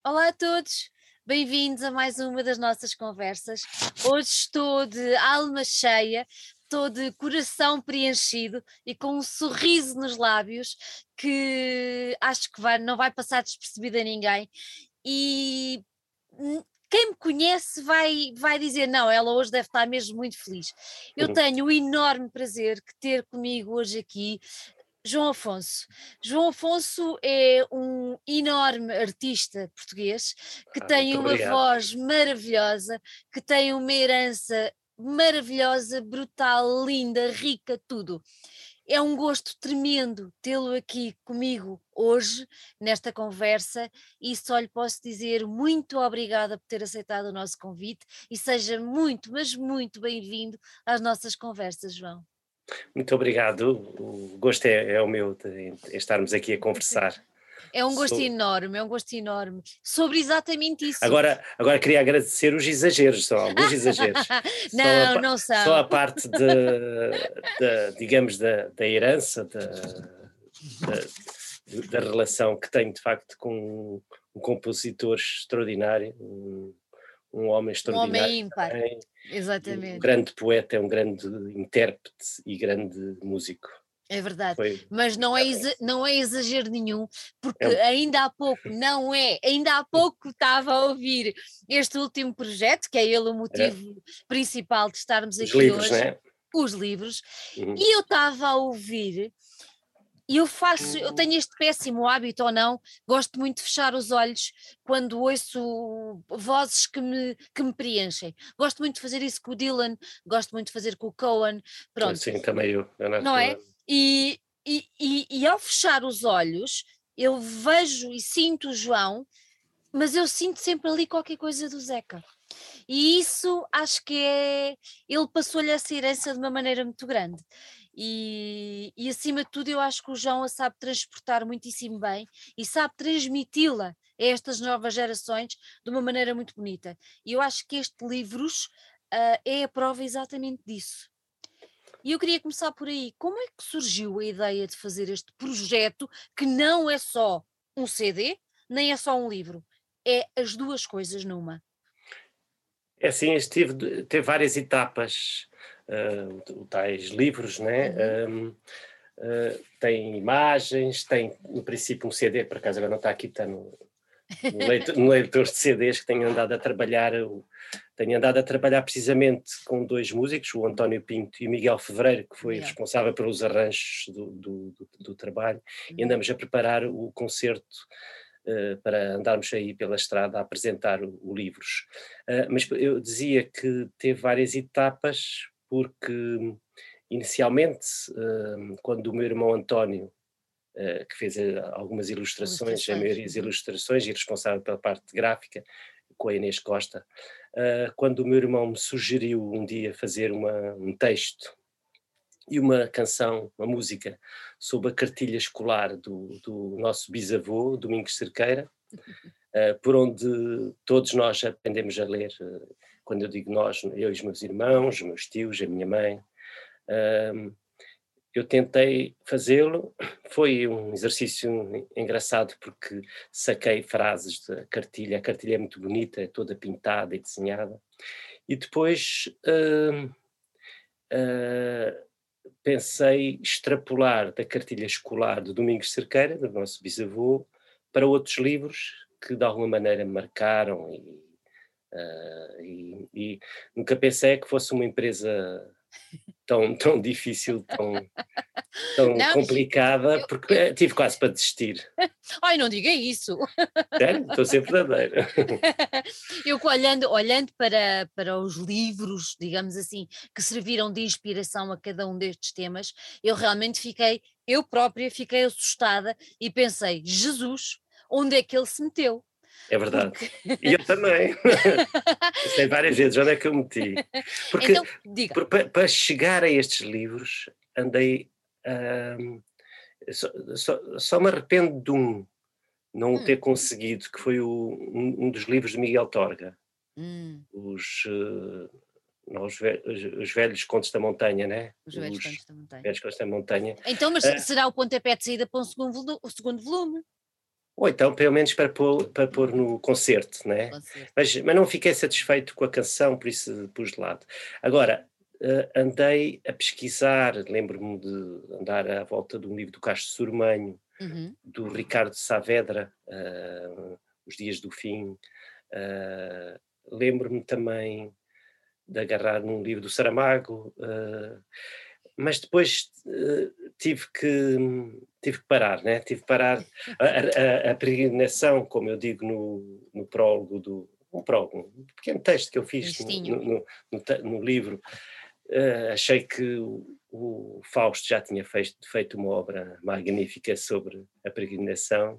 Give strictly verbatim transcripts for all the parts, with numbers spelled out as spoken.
Olá a todos, bem-vindos a mais uma das nossas conversas. Hoje estou de alma cheia, estou de coração preenchido e com um sorriso nos lábios que acho que vai- não vai passar despercebido a ninguém. E hum, quem me conhece vai, vai dizer: não, ela hoje deve estar mesmo muito feliz. Eu Uhum. tenho o enorme prazer de ter comigo hoje aqui João Afonso. João Afonso é um enorme artista português que Ah, tem muito uma obrigado. voz maravilhosa, que tem uma herança maravilhosa, brutal, linda, rica, tudo. É um gosto tremendo tê-lo aqui comigo hoje, nesta conversa, e só lhe posso dizer muito obrigada por ter aceitado o nosso convite e seja muito, mas muito bem-vindo às nossas conversas, João. Muito obrigado. O gosto é, é o meu de, de estarmos aqui a conversar. É um gosto So- enorme, é um gosto enorme. Sobre exatamente isso. Agora, agora queria agradecer os exageros, são alguns exageros. Só a, Não, pa- não só a são. parte de, da, digamos, da, da herança, da, da, da relação que tenho de facto com um compositor extraordinário, um, um homem Um extraordinário homem ímpar. também, e um Exatamente. grande poeta, é um grande intérprete e grande músico. É verdade. Foi, Mas não é, exa- realmente. não é exagero nenhum, porque É um, ainda há pouco, não é, ainda há pouco estava a ouvir este último projeto, que é ele o é, motivo principal de estarmos os aqui livros, hoje, né? os livros, Uhum. e eu estava a ouvir. E eu faço, eu tenho este péssimo hábito ou não, gosto muito de fechar os olhos quando ouço vozes que me, que me preenchem. Gosto muito de fazer isso com o Dylan, gosto muito de fazer com o Cohen, pronto, Assim, também eu, Leonardo não é? Cohen. E, e, e, e ao fechar os olhos, eu vejo e sinto o João, mas eu sinto sempre ali qualquer coisa do Zeca. E isso acho que é. Ele passou-lhe essa herança de uma maneira muito grande. E, e acima de tudo, eu acho que o João a sabe transportar muitíssimo bem e sabe transmiti-la a estas novas gerações de uma maneira muito bonita. E eu acho que este livros ah, é a prova exatamente disso. E eu queria começar por aí. Como é que surgiu a ideia de fazer este projeto que não é só um C D, nem é só um livro? É as duas coisas numa. É assim, este tive, de- teve várias etapas, ah, o, o tais livros, né? Uhum. Ahm, ah, tem imagens, tem no princípio um C D, por acaso agora não está aqui, está no, no leitor, no leitor de C Ds que tenho andado a trabalhar, o- tenho andado a trabalhar precisamente com dois músicos, o António Pinto e o Miguel Fevereiro, que foi Miguel. responsável pelos arranjos do, do, do, do trabalho, e Uhum. andamos a preparar o concerto eh, para andarmos aí pela estrada a apresentar o, o livros. Eh, mas eu dizia que teve várias etapas, porque inicialmente, eh, quando o meu irmão António, eh, que fez eh, algumas ilustrações, a Ilustrações. maioria das Uhum. ilustrações, e responsável pela parte gráfica, com a Inês Costa, eh, quando o meu irmão me sugeriu um dia fazer uma, um texto e uma canção, uma música, sobre a cartilha escolar do, do nosso bisavô, Domingos Cerqueira, uh, por onde todos nós aprendemos a ler. Uh, quando eu digo nós, eu e os meus irmãos, os meus tios, a minha mãe. Uh, eu tentei fazê-lo, foi um exercício engraçado porque saquei frases da cartilha, a cartilha é muito bonita, é toda pintada e desenhada, e depois uh, uh, pensei extrapolar da cartilha escolar do Domingos Cerqueira, do nosso bisavô, para outros livros que de alguma maneira me marcaram e, uh, e, e nunca pensei que fosse uma empresa tão, tão difícil, tão, tão Não, complicada, eu, porque eu, eh, tive quase para desistir. ai, não diga isso. Sério? Estou a ser verdadeiro. Eu olhando, olhando para, para os livros, digamos assim, que serviram de inspiração a cada um destes temas, eu realmente fiquei, eu própria fiquei assustada e pensei, Jesus, onde é que ele se meteu? É verdade. Porque E eu também. Pensei várias vezes onde é que eu meti. Porque então, diga. por- pa- para chegar a estes livros andei. ahm, só, só- só me arrependo de um, não o ter Hum, conseguido, que foi o- um, um dos livros de Miguel Torga, hum, os, eh, não, os, ve- os- os velhos contos da montanha, né? os velhos Os cantos da montanha. velhos contos da montanha. Então, mas Ah, será o pontapé de saída para um segundo, volu- o segundo volume? Ou então, pelo menos para pôr, para pôr no concerto, né? Concerto. Mas, mas não fiquei satisfeito com a canção, por isso pus de lado. Agora, uh, andei a pesquisar, lembro-me de andar à volta de um livro do Castro Sormanho, Uhum. do Ricardo Saavedra, uh, Os Dias do Fim. Uh, lembro-me também de agarrar num livro do Saramago, uh, mas depois uh, tive, que, tive que parar, né? Tive que parar a, a, a peregrinação, como eu digo no, no prólogo do... Um prólogo, um pequeno texto que eu fiz no, no, no, no livro. Uh, achei que o, o Fausto já tinha feito, feito uma obra magnífica sobre a peregrinação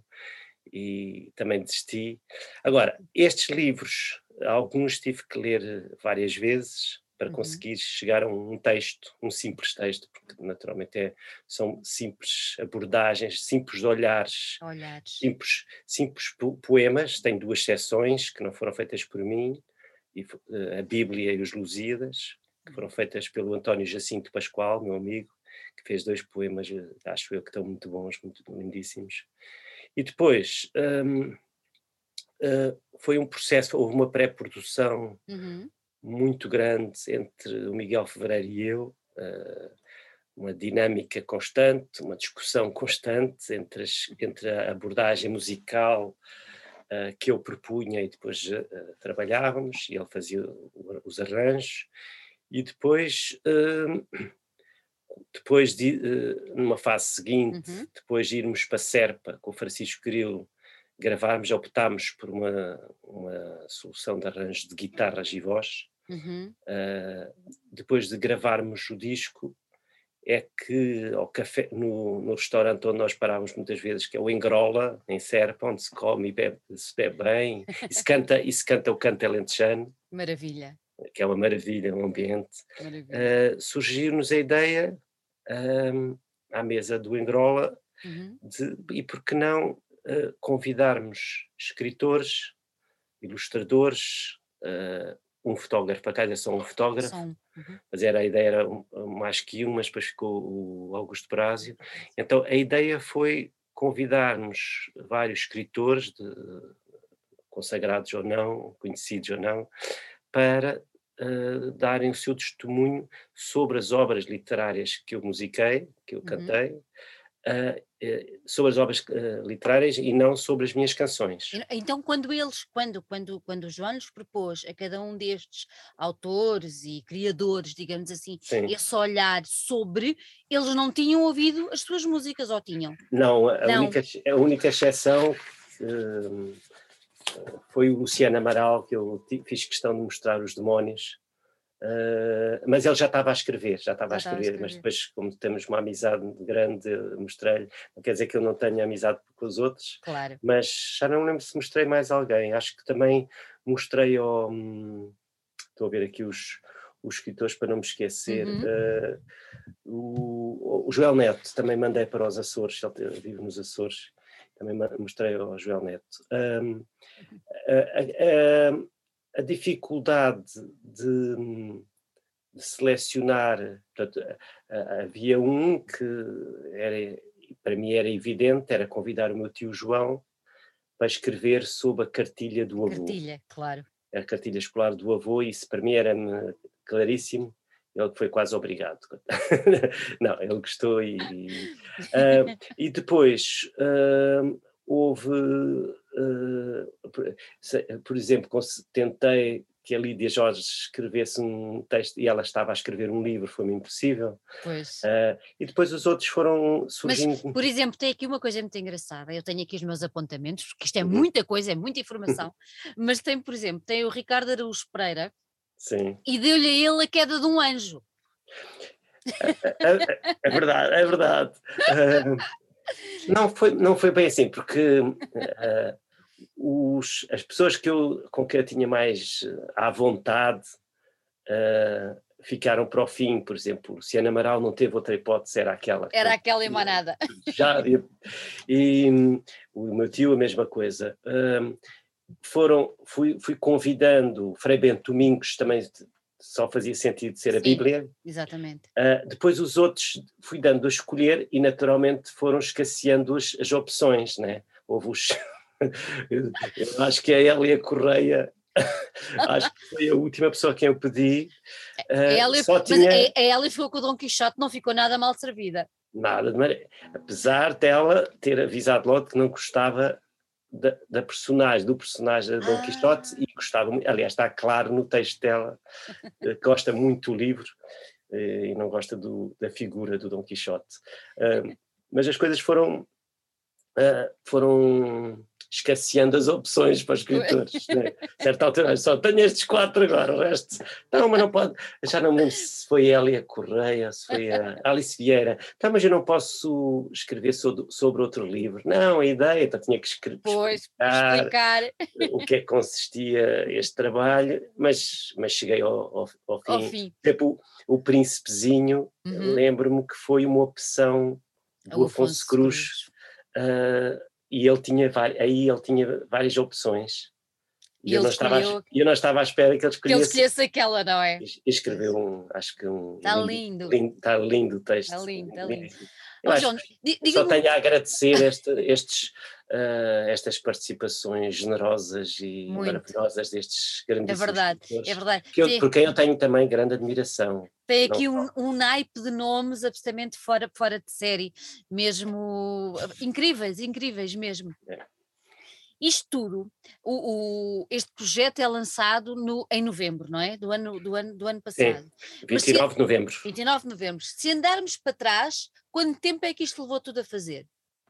e também desisti. Agora, estes livros, alguns tive que ler várias vezes para Uhum. conseguir chegar a um texto, um simples texto, porque naturalmente é, são simples abordagens, simples olhares, Olhares. simples, simples poemas. Tem duas seções que não foram feitas por mim, e, uh, a Bíblia e os Lusíadas, que foram feitas pelo António Jacinto Pascoal, meu amigo, que fez dois poemas, acho eu, que estão muito bons, muito lindíssimos. E depois um, uh, foi um processo, houve uma pré-produção Uhum. muito grande entre o Miguel Fevereiro e eu, uh, uma dinâmica constante, uma discussão constante entre, as, entre a abordagem musical uh, que eu propunha e depois uh, trabalhávamos, e ele fazia os arranjos, e depois... Uh, Depois, de, uh, numa fase seguinte, Uhum. depois de irmos para Serpa com o Francisco Grilo, gravarmos, optámos por uma, uma solução de arranjo de guitarras e voz. Uhum. Uh, depois de gravarmos o disco, é que ao café, no, no restaurante onde nós parávamos muitas vezes, que é o Engrola, em Serpa, onde se come e bebe, se bebe bem, e se canta, e se canta o canto alentejano. Maravilha. Que é uma maravilha, um ambiente, Maravilha. uh, surgiu-nos a ideia, um, à mesa do Engrola, Uhum. de, e por que não uh, convidarmos escritores, ilustradores, uh, um fotógrafo, para cá é só um fotógrafo, Som. Uhum. mas era, a ideia era um, mais que um, mas depois ficou o Augusto Brásio. Então a ideia foi convidarmos vários escritores, de, consagrados ou não, conhecidos ou não, para uh, darem o seu testemunho sobre as obras literárias que eu musiquei, que eu Uhum. cantei, uh, uh, sobre as obras uh, literárias e não sobre as minhas canções. Então, quando eles, quando, quando, quando o João lhes propôs a cada um destes autores e criadores, digamos assim, Sim. esse olhar sobre, eles não tinham ouvido as suas músicas, ou tinham? Não, a, Não. Única, a única exceção uh, foi o Luciano Amaral, que eu fiz questão de mostrar Os Demónios. Uh, mas ele já estava a escrever, já estava Já a estava a escrever, escrever. mas depois, como temos uma amizade grande, mostrei-lhe. Não quer dizer que eu não tenha amizade com os outros, Claro. mas já não lembro se mostrei mais alguém. Acho que também mostrei ao. Hum, estou a ver aqui os, os escritores para não me esquecer. Uhum. Uh, o, o Joel Neto, também mandei para os Açores, ele vive nos Açores, também mostrei ao Joel Neto. Um, a, a, a dificuldade de, de selecionar, portanto, havia um que era, para mim era evidente, era convidar o meu tio João para escrever sobre a cartilha do avô. Cartilha, claro. A cartilha escolar do avô, e isso para mim era claríssimo. Ele foi quase obrigado. Não, ele gostou e... uh, e depois uh, houve... Uh, por, por exemplo, tentei que a Lídia Jorge escrevesse um texto e ela estava a escrever um livro, foi-me impossível. Pois. Uh, e depois os outros foram surgindo... Mas, por exemplo, tem aqui uma coisa muito engraçada, eu tenho aqui os meus apontamentos, porque isto é muita coisa, é muita informação, mas tem, por exemplo, tem o Ricardo Araújo Pereira. Sim. E deu-lhe a ele a queda de um anjo. É, é, é verdade, é verdade. Uh, não, foi, não foi bem assim, porque uh, os, as pessoas que eu, com quem eu tinha mais à vontade uh, ficaram para o fim. Por exemplo, se Ana Amaral não teve outra hipótese, era aquela. Era eu, aquela emanada. Já, e, e o meu tio a mesma coisa. Uh, foram, fui, fui convidando Frei Bento Domingos, também só fazia sentido ser Sim, a Bíblia. Exatamente. Uh, depois os outros fui dando a escolher e naturalmente foram escasseando as, as opções, né? houve os... eu, eu acho que a Hélia Correia, acho que foi a última pessoa a quem eu pedi, A uh, Hélia, só mas a, tinha... a Hélia ficou com o Dom Quixote, não ficou nada mal servida. Nada de maneira. Apesar dela ter avisado logo que não gostava da, da personagem, do personagem de Dom Quixote, Ah. e gostava muito, aliás, está claro no texto dela, que gosta muito do livro e não gosta do, da figura do Dom Quixote. Uh, mas as coisas foram, uh, foram escasseando as opções para os escritores. Né? A certa altura, só tenho estes quatro agora, o resto. Não, mas não pode. Já não me lembro se foi a Hélia Correia, se foi a Alice Vieira. Não, mas eu não posso escrever sobre, sobre outro livro. Não, a ideia, então tinha que escrever, Pois, explicar, explicar o que é que consistia este trabalho, mas, mas cheguei ao, ao, ao fim. ao fim. Tipo, o, o Príncipezinho, Uhum. lembro-me que foi uma opção do O Afonso, Afonso Cruz. Cruz. Uh, e ele tinha, aí ele tinha várias opções. E, e eu, ele não estava, escolheu eu não estava à espera que ele que ele escolhesse. escolhesse aquela, não é? E escreveu um, acho que um... Está lindo. lindo. Está lindo o texto. Está lindo, está lindo. Eu Oh, acho João, que diga-me... só tenho a agradecer este, estes, uh, estas participações generosas e Muito. maravilhosas destes grandíssimos É verdade, escritores, é verdade. que eu, por quem eu tenho também grande admiração. Tem aqui um, um naipe de nomes absolutamente fora, fora de série, mesmo incríveis, incríveis mesmo. É. Isto tudo, o, o, este projeto é lançado no, em novembro, não é? Do ano, do ano, do ano passado. Sim, vinte e nove de novembro. vinte e nove de novembro. Se andarmos para trás, quanto tempo é que isto levou tudo a fazer?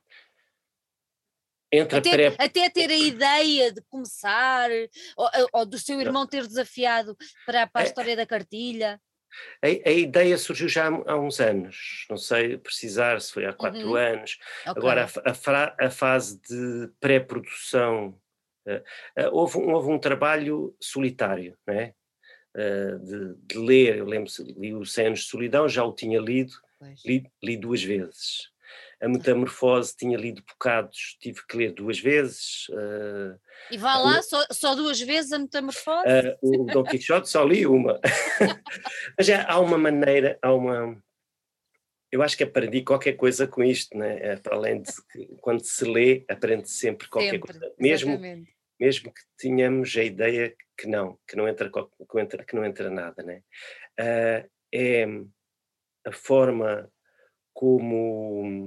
Entre até, pré... até ter a ideia de começar, ou, ou do seu irmão ter desafiado para, para a história da cartilha? A, a ideia surgiu já há uns anos, não sei precisar se foi há quatro uhum. anos. Okay. Agora, a, a, fra, a fase de pré-produção, uh, uh, houve, houve um trabalho solitário, não é? Uh, de, de ler, eu lembro, li o Cem Anos de Solidão, já o tinha lido, li, li duas vezes. A Metamorfose tinha lido bocados, tive que ler duas vezes. Uh, e vá lá, só, só duas vezes a Metamorfose? Uh, o Dom Quixote só li uma. Mas já há uma maneira, há uma... Eu acho que aprendi qualquer coisa com isto, né? Para além de que quando se lê, aprende sempre qualquer sempre, coisa. Mesmo, exatamente. mesmo que tenhamos a ideia que não, que não entra, que entra, que não entra nada, né? Uh, é a forma como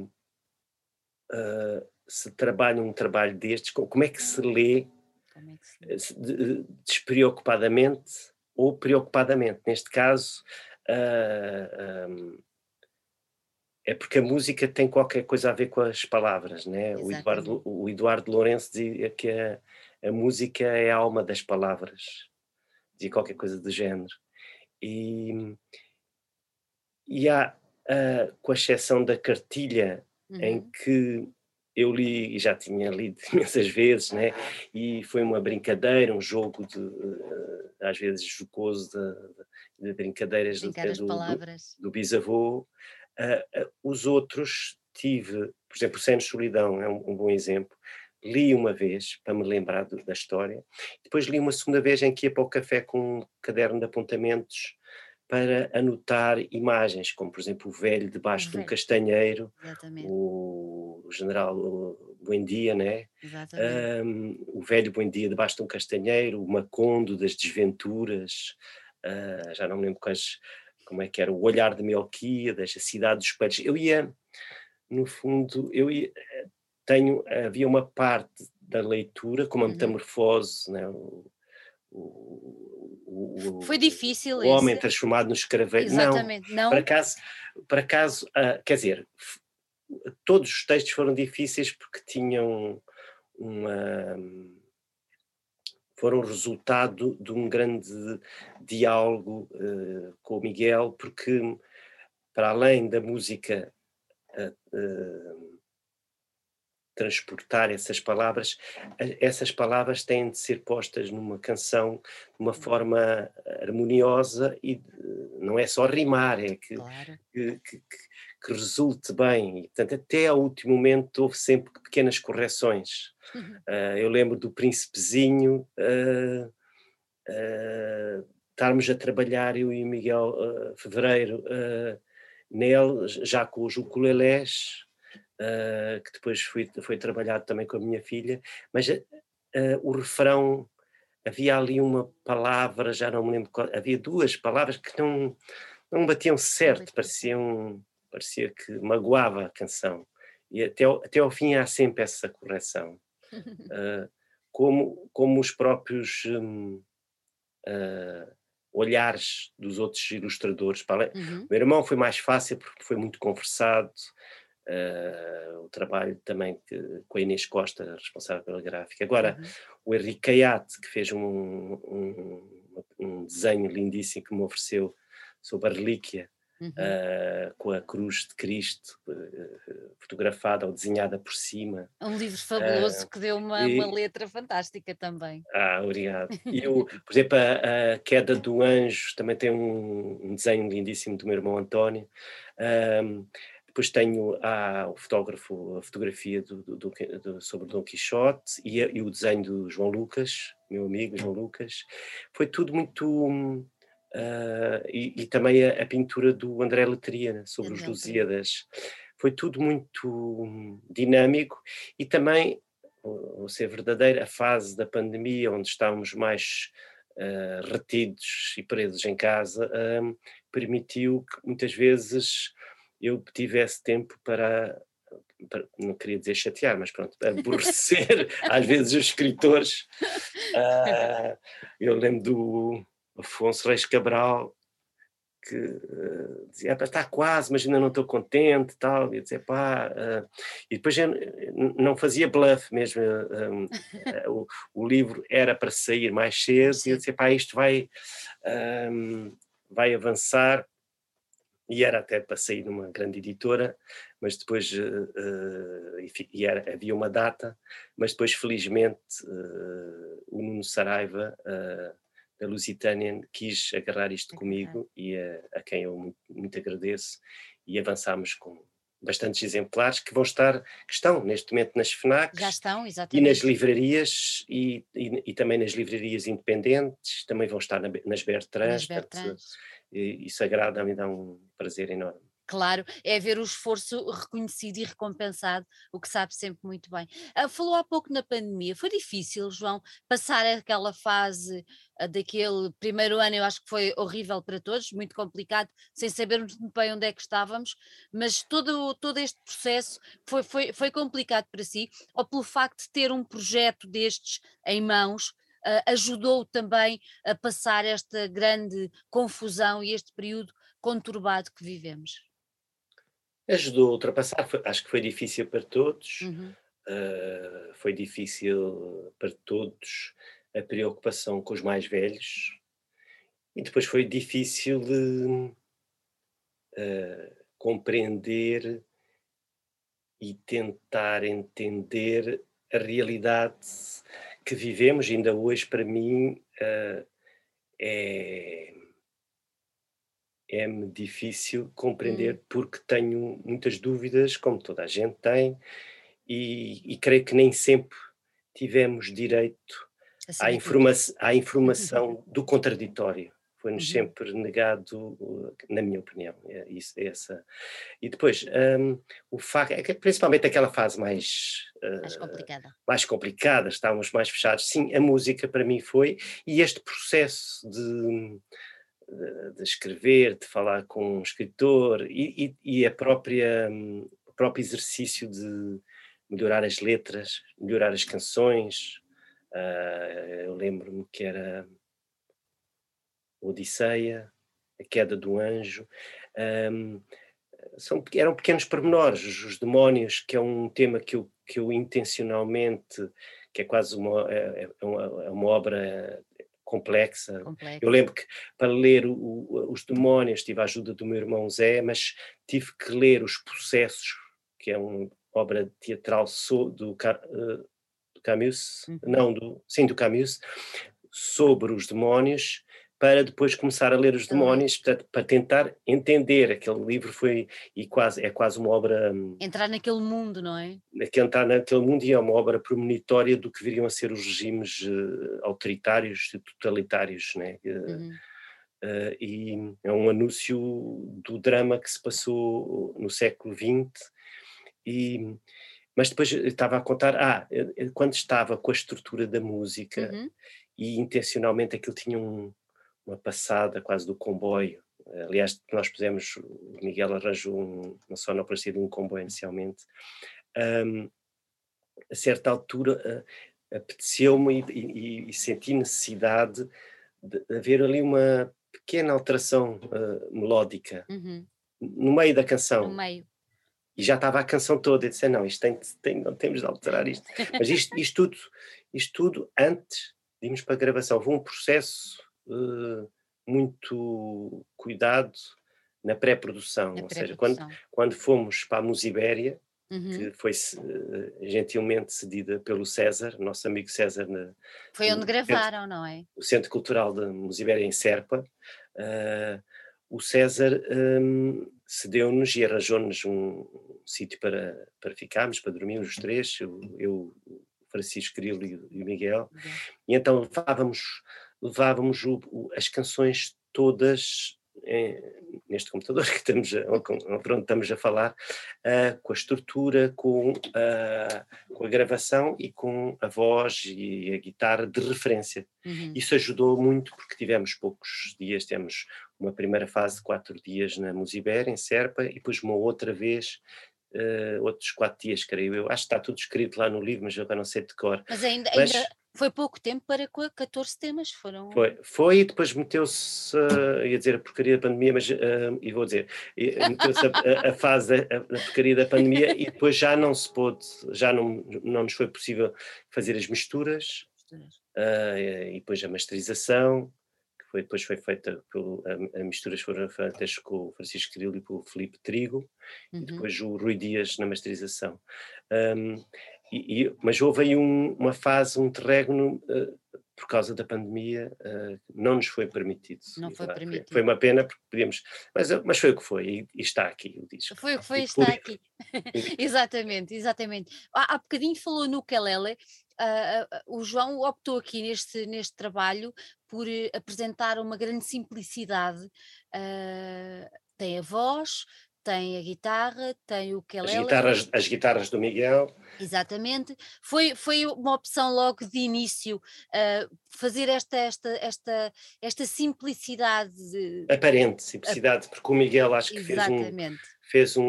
uh, se trabalha um trabalho destes, como é que se lê como é que se lê? Despreocupadamente ou preocupadamente. Neste caso, uh, um, é porque a música tem qualquer coisa a ver com as palavras, né? O Eduardo, o Eduardo Lourenço dizia que a, a música é a alma das palavras, dizia qualquer coisa do género. E, e há, uh, com a exceção da cartilha, uhum. em que eu li, e já tinha lido imensas vezes, né? E foi uma brincadeira, um jogo de, uh, às vezes jocoso, de, de brincadeiras do, do, do bisavô. Uh, uh, os outros tive, por exemplo, o Cem Anos de Solidão é um, um bom exemplo. Li uma vez, para me lembrar do, da história, depois li uma segunda vez em que ia para o café com um caderno de apontamentos para anotar imagens, como por exemplo o velho debaixo de um castanheiro, o, o general Buendia, né? Um, o velho Buendia debaixo de um castanheiro, o Macondo das Desventuras, uh, já não me lembro quais, como é que era, o Olhar de Melquíades, a Cidade dos Espelhos. Eu ia, no fundo, eu ia, tenho, havia uma parte da leitura, como a Metamorfose, né? o, O, o, foi difícil o homem esse? transformado no escraveiro. Exatamente, não, não. Por acaso, por acaso uh, quer dizer, todos os textos foram difíceis porque tinham uma... foram resultado de um grande diálogo uh, com o Miguel, porque para além da música uh, uh, transportar essas palavras, essas palavras têm de ser postas numa canção de uma forma harmoniosa e não é só rimar, é que, claro. que, que, que resulte bem. E, portanto, até ao último momento houve sempre pequenas correções. Uhum. Uh, eu lembro do Príncipezinho uh, uh, estarmos a trabalhar, eu e o Miguel uh, Fevereiro, uh, nele, já com os ukulelés, uh, que depois foi, foi trabalhado também com a minha filha, mas uh, o refrão, havia ali uma palavra, já não me lembro qual, havia duas palavras que não, não batiam certo, pareciam, parecia que magoava a canção. E até ao, até ao fim há sempre essa correção. Uh, como, como os próprios um, uh, olhares dos outros ilustradores. Uhum. O meu irmão foi mais fácil porque foi muito conversado. Uh, o trabalho também que, com a Inês Costa, responsável pela gráfica. Agora, Uhum. o Henrique Caiate, que fez um, um, um desenho lindíssimo que me ofereceu sobre a relíquia, Uhum. uh, com a cruz de Cristo uh, fotografada ou desenhada por cima. Um livro fabuloso Uh, que deu uma, uma e, letra fantástica também. ah, obrigado. E, o, por exemplo, a, a Queda do Anjo também tem um, um desenho lindíssimo do meu irmão António. Um, depois tenho ah, o fotógrafo, a fotografia do, do, do, do, sobre Dom Quixote e, a, e o desenho do João Lucas, meu amigo João Lucas. Foi tudo muito... Uh, e, e também a, a pintura do André Letria, né, sobre os André Letria. Lusíadas. Foi tudo muito dinâmico e também, vou ser verdadeiro, a fase da pandemia, onde estávamos mais uh, retidos e presos em casa, um, permitiu que muitas vezes eu tivesse tempo para, para, não queria dizer chatear, mas pronto, aborrecer às vezes os escritores. Uh, eu lembro do Afonso Reis Cabral, que uh, dizia, está quase, mas ainda não estou contente, tal, e eu dizia, pá, uh, e depois eu não fazia bluff mesmo, uh, um, uh, o, o livro era para sair mais cedo, mais cedo. E eu dizia, pá, isto vai, um, vai avançar, e era até para sair numa grande editora, mas depois, uh, uh, enfim, e era, havia uma data, mas depois felizmente uh, o Nuno Saraiva, uh, da Lusitânia, quis agarrar isto é comigo e a, a quem eu muito, muito agradeço, e avançámos com bastantes exemplares que vão estar, que estão neste momento nas FNACs. Já estão, exatamente. E nas livrarias e, e, e também nas livrarias independentes, também vão estar na, nas Bertrands, portanto, isso agrada-me e dá um prazer enorme. Claro, é ver o esforço reconhecido e recompensado, o que sabe sempre muito bem. Uh, falou há pouco na pandemia, foi difícil, João, passar aquela fase uh, daquele primeiro ano, eu acho que foi horrível para todos, muito complicado, sem sabermos muito bem onde é que estávamos, mas todo, todo este processo foi, foi, foi complicado para si, ou pelo facto de ter um projeto destes em mãos, uh, ajudou também a passar esta grande confusão e este período conturbado que vivemos? Ajudou a ultrapassar, foi, acho que foi difícil para todos, Uhum. uh, foi difícil para todos a preocupação com os mais velhos, e depois foi difícil de uh, compreender e tentar entender a realidade que vivemos. Ainda hoje, para mim, uh, é é-me difícil compreender Hum. porque tenho muitas dúvidas, como toda a gente tem, e, e creio que nem sempre tivemos direito A à, saber tudo. informa à informação do contraditório. Foi-nos Uhum. sempre negado, uh, na minha opinião, é isso, é essa. E depois, um, o facto, é que principalmente aquela fase mais, Mais uh, complicada. mais complicada, estávamos mais fechados. Sim, a música para mim foi, e este processo de de, de escrever, de falar com um escritor e, e, e a própria, o próprio exercício de melhorar as letras, melhorar as canções. Uh, eu lembro-me que era Odisseia, A Queda do Anjo. Um, são, eram pequenos pormenores, os, os demónios, que é um tema que eu, que eu intencionalmente, que é quase uma, é, é uma, é uma obra complexa. Complexa. Eu lembro que para ler o, o, os demónios tive a ajuda do meu irmão Zé, mas tive que ler os processos, que é uma obra teatral so, do, uh, do Camus, Uhum. não, do, sim, do Camus, sobre os demónios, para depois começar a ler os demónios, para, para tentar entender. Aquele livro foi, e quase, é quase uma obra... Entrar naquele mundo, não é? Entrar naquele mundo, e é uma obra premonitória do que viriam a ser os regimes uh, autoritários e totalitários, né? Uhum. Uh, e é um anúncio do drama que se passou no século vinte e, mas depois eu estava a contar, ah, eu- eu quando estava com a estrutura da música, Uhum. e intencionalmente aquilo tinha um- uma passada quase do comboio. Aliás, nós pusemos, o Miguel arranjou um, uma sonoplastia de um comboio inicialmente. Hum, a certa altura, uh, apeteceu-me e, e- e senti necessidade de haver ali uma pequena alteração uh, melódica Uhum. no meio da No canção. meio. E já estava a canção toda, e disse: não, isto tem, de- tem- não temos de alterar isto. Mas isto, isto tudo, isto tudo antes de irmos para a gravação. Houve um processo uh, muito cuidado na pré-produção, Na ou seja, quando, pré-produção. quando fomos para a Musibéria, Uhum. que foi uh, gentilmente cedida pelo César, nosso amigo César, na, Foi onde no, centro, gravaram, não é? no Centro Cultural da Musibéria em Serpa. Uh, o César um, cedeu-nos e arranjou-nos um sítio para, para ficarmos, para dormirmos os três, eu, eu o Francisco Grilo e, e o Miguel, Yeah. e então levávamos, levávamos o, o, as canções todas eh, neste computador que estamos a, onde estamos a falar, uh, com a estrutura, com, uh, com a gravação e com a voz e a guitarra de referência. Uhum. Isso ajudou muito porque tivemos poucos dias, temos uma primeira fase de quatro dias na Musibéria, em Serpa, e depois uma outra vez, uh, outros quatro dias, creio eu. Acho que está tudo escrito lá no livro, mas eu agora não sei de cor. Mas ainda, ainda Mas foi pouco tempo para co- catorze temas, foram. foi, foi e depois meteu-se, uh, ia dizer a porcaria da pandemia, mas, uh, e vou dizer, e, meteu-se a, a, a fase da a, a porcaria da pandemia e depois já não se pôde, já não, não nos foi possível fazer as misturas, uh, e depois a masterização, que foi, depois foi feita, pelo, a, a misturas foram feitas com o Francisco Grilo e com o Filipe Trigo, Uhum. e depois o Rui Dias na masterização. Um, e, e, mas houve aí um, uma fase, um interregno, uh, por causa da pandemia, uh, não nos foi permitido. Não foi Foi, permitido. foi uma pena porque podíamos, mas, mas foi o que foi, e, e está aqui o disco. Foi o que foi, E está por, aqui. Exatamente, exatamente. Há, há bocadinho falou no ukulele, ah, ah, o João optou aqui neste, neste trabalho por eh, apresentar uma grande simplicidade. ah, tem a voz, tem a guitarra, tem o as, ukulele. guitarras, as guitarras do Miguel. Exatamente, foi, foi uma opção logo de início, ah, fazer esta, esta, esta, esta simplicidade. De, Aparente a- simplicidade, porque o Miguel acho que fez, um, exatamente. fez um,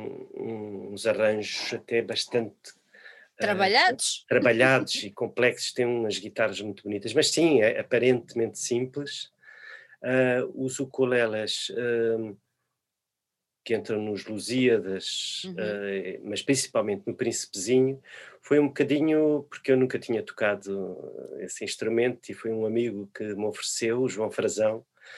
um, uns arranjos até bastante uh, Trabalhados? trabalhados e complexos, tem umas guitarras muito bonitas, mas sim, é aparentemente simples. Uh, os ukuleles uh, que entram nos Lusíadas, Uhum. uh, mas principalmente no Príncipezinho, foi um bocadinho, porque eu nunca tinha tocado esse instrumento e foi um amigo que me ofereceu, o João Frazão,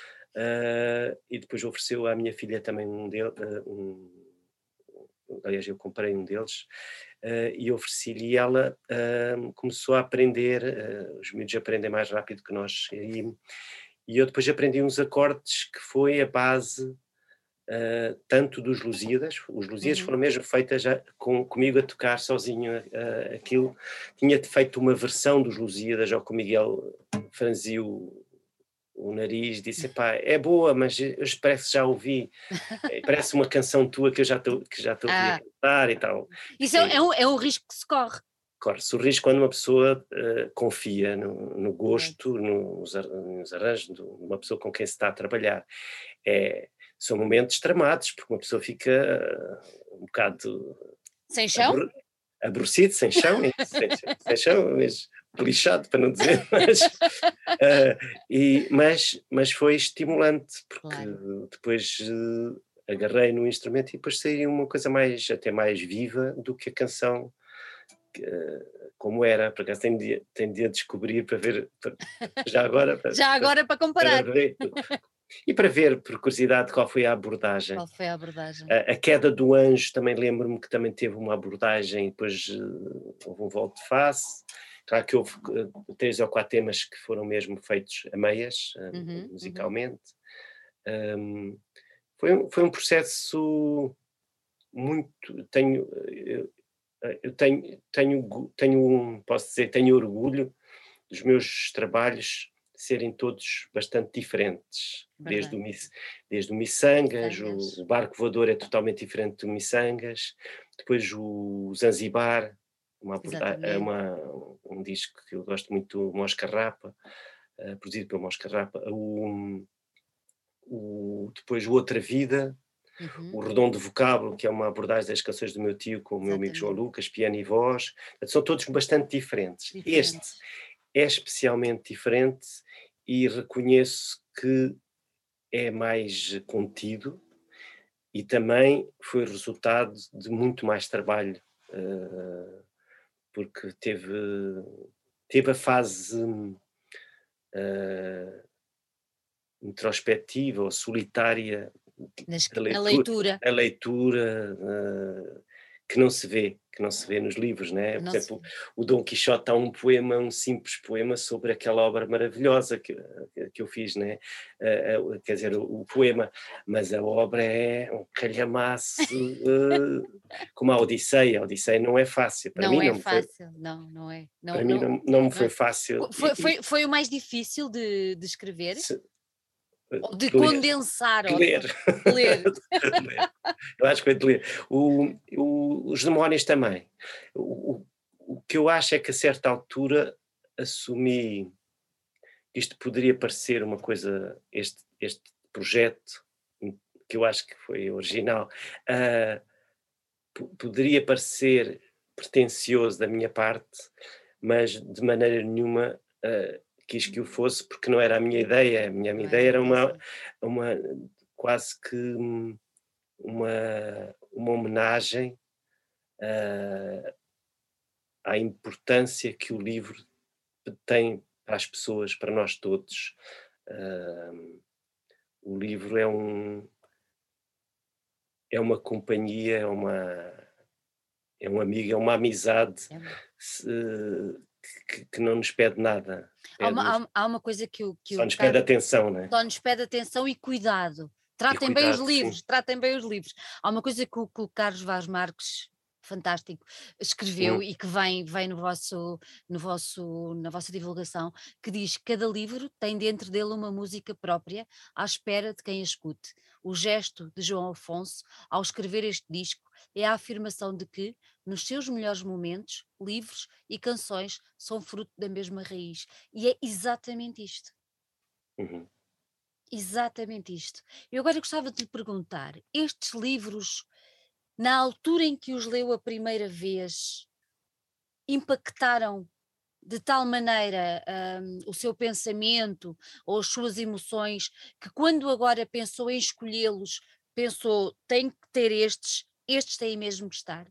uh, e depois ofereceu à minha filha também um deles, uh, um, aliás eu comprei um deles, uh, e ofereci-lhe e ela uh, começou a aprender, uh, os miúdos aprendem mais rápido que nós, e, e eu depois aprendi uns acordes que foi a base uh, tanto dos Lusíadas, os Lusíadas Uhum. foram mesmo feitas já com, comigo a tocar sozinho uh, aquilo, tinha feito uma versão dos Lusíadas ao que o Miguel franziu o nariz, disse, pá, é boa, mas eu parece que já ouvi, parece uma canção tua que eu já te, que já te ouvi a Ah, cantar e tal. isso é, é um, é um risco que se corre. Corre-se o risco quando uma pessoa uh, confia no, no Exato. gosto, nos, ar, nos arranjos de uma pessoa com quem se está a trabalhar. É, são momentos tramados, porque uma pessoa fica uh, um bocado Sem chão? abor aborrecido, sem chão, sem, sem chão, mas lixado, para não dizer, mas, uh, e, mas, mas foi estimulante, porque Claro. depois uh, agarrei no instrumento e depois saiu uma coisa mais, até mais viva do que a canção, que, uh, como era, por acaso tenho de, tenho de descobrir para ver, para, já agora, para, Já agora para comparar. para ver, e para ver, por curiosidade, qual foi a abordagem. Qual foi a abordagem? A, a Queda do Anjo, também lembro-me que também teve uma abordagem, depois uh, houve um volto de face. Claro que houve uh, três ou quatro temas que foram mesmo feitos a meias, uh, Uhum, musicalmente. Uhum. Um, foi, um, foi um processo muito... Tenho, eu, eu tenho, tenho, tenho um, posso dizer, tenho orgulho dos meus trabalhos serem todos bastante diferentes, desde o, Verdade. Miss, desde o Missangas, Miçangas. o, o Barco Voador é totalmente diferente do Missangas, depois o Zanzibar, uma, aborda- é Exatamente. uma, um disco que eu gosto muito do Mosca Rapa, uh, produzido pelo Mosca Rapa, o, o, depois o Outra Vida, o Uhum. Redondo Vocábulo, que é uma abordagem das canções do meu tio com o meu amigo João Exatamente. Lucas, piano e voz. Portanto, são todos bastante diferentes. Este Diferentes. é especialmente diferente e reconheço que é mais contido e também foi resultado de muito mais trabalho, uh, porque teve, teve a fase uh, introspectiva ou solitária Na, da na leitura, leitura. a leitura uh, que não se vê, que não se vê nos livros, né? Que Por não se exemplo, vê. o Dom Quixote há um poema, um simples poema sobre aquela obra maravilhosa que, que eu fiz, né? Uh, uh, quer dizer, o, o poema, mas a obra é um calhamaço, uh, como a Odisseia. A Odisseia não é fácil, para Não mim é não me foi, fácil, não, não é. para Não, mim não, não, não me não foi é. fácil Foi, e, e foi, foi o mais difícil de, de escrever? se, Ou de de ler, condensar? de Ou ler, de, de ler? de ler. Eu acho que foi de ler. O, o, os demónios também. O, o, o que eu acho é que a certa altura assumi que isto poderia parecer uma coisa, este, este projeto, que eu acho que foi original, uh, p- poderia parecer pretencioso da minha parte, mas de maneira nenhuma uh, quis que o fosse, porque não era a minha ideia. A minha, a minha Não ideia era a era uma, intenção. uma quase que hum, uma, uma homenagem uh, à importância que o livro tem para as pessoas, para nós todos. Uh, o livro é um é uma companhia, é uma é um amigo, é uma amizade É uma- se, que, que não nos pede nada, Há uma, há, pede-nos, uma- há uma coisa que o, que só o nos pede Carlos atenção, né? só nos pede atenção e cuidado. E Tratem bem os cuidado, sim. livros, tratem bem os livros. Há uma coisa que o, que o Carlos Vaz Marques, fantástico, escreveu Uhum. e que vem, vem no vosso, no vosso, na vossa divulgação, que diz que cada livro tem dentro dele uma música própria à espera de quem a escute. O gesto de João Afonso, ao escrever este disco, é a afirmação de que, nos seus melhores momentos, livros e canções são fruto da mesma raiz. E é exatamente isto. Uhum. Exatamente isto. Eu agora gostava de lhe perguntar: estes livros, na altura em que os leu a primeira vez, impactaram de tal maneira hum, o seu pensamento ou as suas emoções que, quando agora pensou em escolhê-los, pensou: tem que ter estes, estes têm mesmo que estar?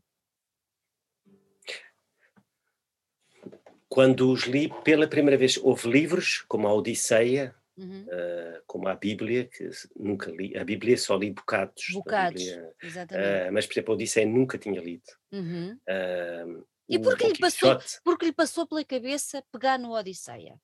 Quando os li pela primeira vez, houve livros como a Odisseia, Uhum. uh, como a Bíblia, que nunca li. A Bíblia só li bocados da Bocados, Bíblia, exatamente. uh, mas, por exemplo, a Odisseia nunca tinha lido. Uhum. Uh, E o por que Dom lhe passou, Quixote, porque lhe passou pela cabeça pegar no Odisseia?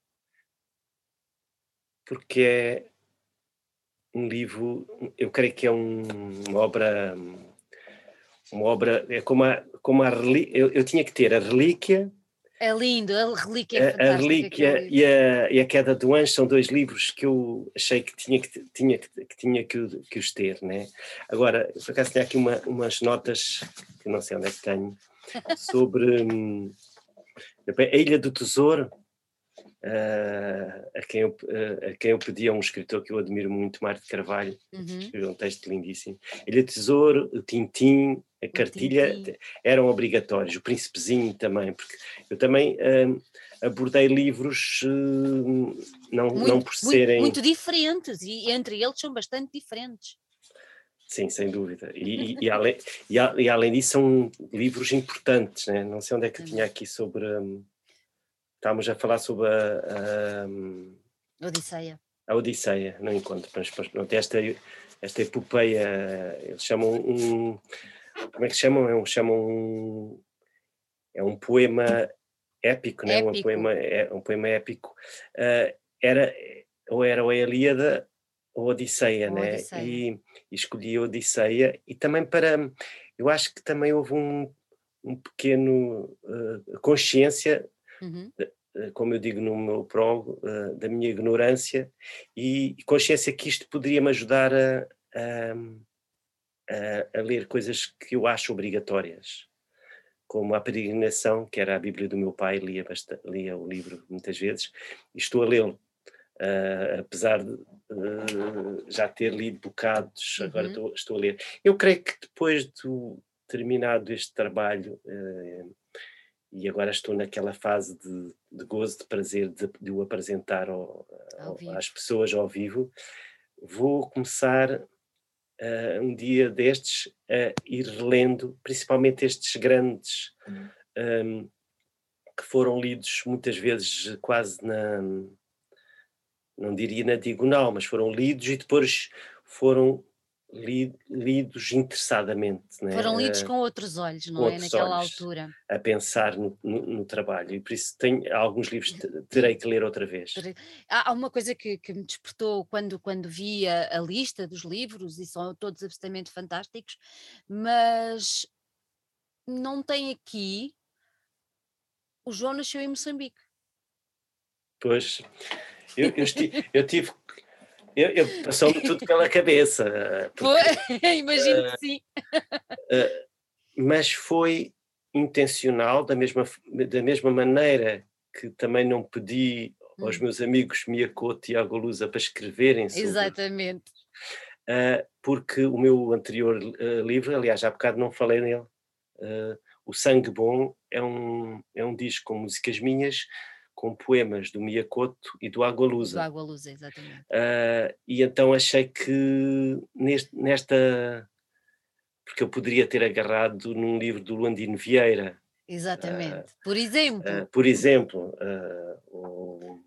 porque é um livro, eu creio que é um, uma obra, uma obra, é como a, como a relíquia, eu, eu tinha que ter a relíquia, É lindo, a relíquia é a, a fantástica, aquele relíquia livro. e a, e a queda do anjo são dois livros que eu achei que tinha que, tinha, que, que, tinha que, que os ter, né? Agora, por acaso tenho aqui uma, umas notas, que não sei onde é que tenho, sobre hum, a Ilha do Tesouro, Uh, a, quem eu, uh, a quem eu pedi a um escritor que eu admiro muito, Mário de Carvalho, Uhum. escreveu um texto lindíssimo. Ilha do Tesouro, o Tintim, a O cartilha Tintim. eram obrigatórios, o Príncipezinho também, porque eu também uh, abordei livros uh, não, não Muito, por muito, serem. muito diferentes, e entre eles são bastante diferentes. Sim, sem dúvida. E, e, e, além, e, a, e além disso são livros importantes, né? Não sei onde é que eu tinha aqui sobre... Um, estávamos a falar sobre a, a, Odisseia. a Odisseia, não encontro, mas, mas pronto, esta, esta epopeia, eles chamam um, como é que chamam? É um, chamam um, é um poema épico, né? um, Épico. poema, é um poema épico, uh, era, ou era a Ilíada ou a Odisseia, Ou né? Odisseia. E, e escolhi a Odisseia, e também para, eu acho que também houve um, um pequeno uh, consciência Uhum. como eu digo no meu prólogo, uh, da minha ignorância e consciência que isto poderia me ajudar a, a, a, a ler coisas que eu acho obrigatórias, como a peregrinação, que era a Bíblia do meu pai, lia, bastante, lia o livro muitas vezes, e estou a lê-lo, uh, apesar de uh, já ter lido bocados, Uhum. agora estou, estou a ler. Eu creio que depois do terminado este trabalho, uh, e agora estou naquela fase de, de gozo, de prazer de, de o apresentar ao, ao, às pessoas ao vivo, vou começar uh, um dia destes a ir relendo, principalmente estes grandes, um, que foram lidos muitas vezes quase na, não diria na diagonal, mas foram lidos e depois foram li, lidos interessadamente. Né? Foram lidos Uh, com outros olhos, não com é? outros Naquela olhos, altura. a pensar no, no, no trabalho, e por isso tenho alguns livros que terei que ler outra vez. Há uma coisa que, que me despertou quando, quando vi a, a lista dos livros, e são todos absolutamente fantásticos, mas não tem aqui o João nasceu em Moçambique. Pois, eu, eu, esti, eu tive, eu, eu passou-me tudo pela cabeça. Porque, foi, imagino uh, que sim. Uh, mas foi intencional, da mesma, da mesma maneira que também não pedi hum. aos meus amigos Miyakoto e Agolusa para escreverem sobre. Exatamente. Uh, porque o meu anterior uh, livro, aliás, há bocado não falei nele, uh, O Sangue Bom, é um, é um disco com músicas minhas, com poemas do Miyakoto e do Agolusa. Do Agolusa, exatamente. Uh, e então achei que neste, nesta... porque eu poderia ter agarrado num livro do Luandino Vieira. Exatamente. Uh, por exemplo. Uh, por exemplo, uh, ou,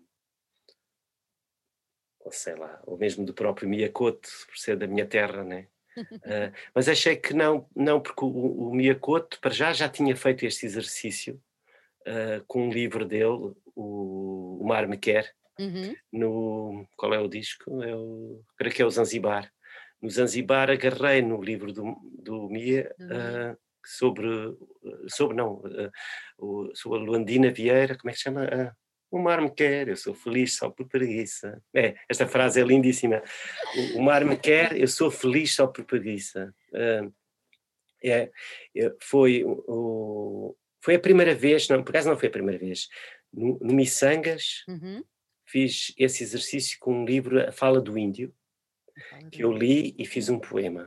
ou sei lá, ou mesmo do próprio Miyakoto, por ser da minha terra, né? Uh, mas achei que não, não porque o, o Miyakoto, para já, já tinha feito este exercício uh, com um livro dele, o, o Mar Me Quer, uhum. no, qual é o disco? É o, creio que é o Zanzibar. No Zanzibar agarrei no livro do, do Mia, uh, sobre, sobre não, uh, o, sobre a Luandina Vieira, como é que se chama? Uh, o mar me quer, eu sou feliz só por preguiça. É, esta frase é lindíssima. O, o mar me quer, eu sou feliz só por preguiça. Uh, é, foi, o, foi a primeira vez, não, por acaso não foi a primeira vez, no, no Missangas, uhum. fiz esse exercício com um livro, A Fala do Índio, que eu li e fiz um poema,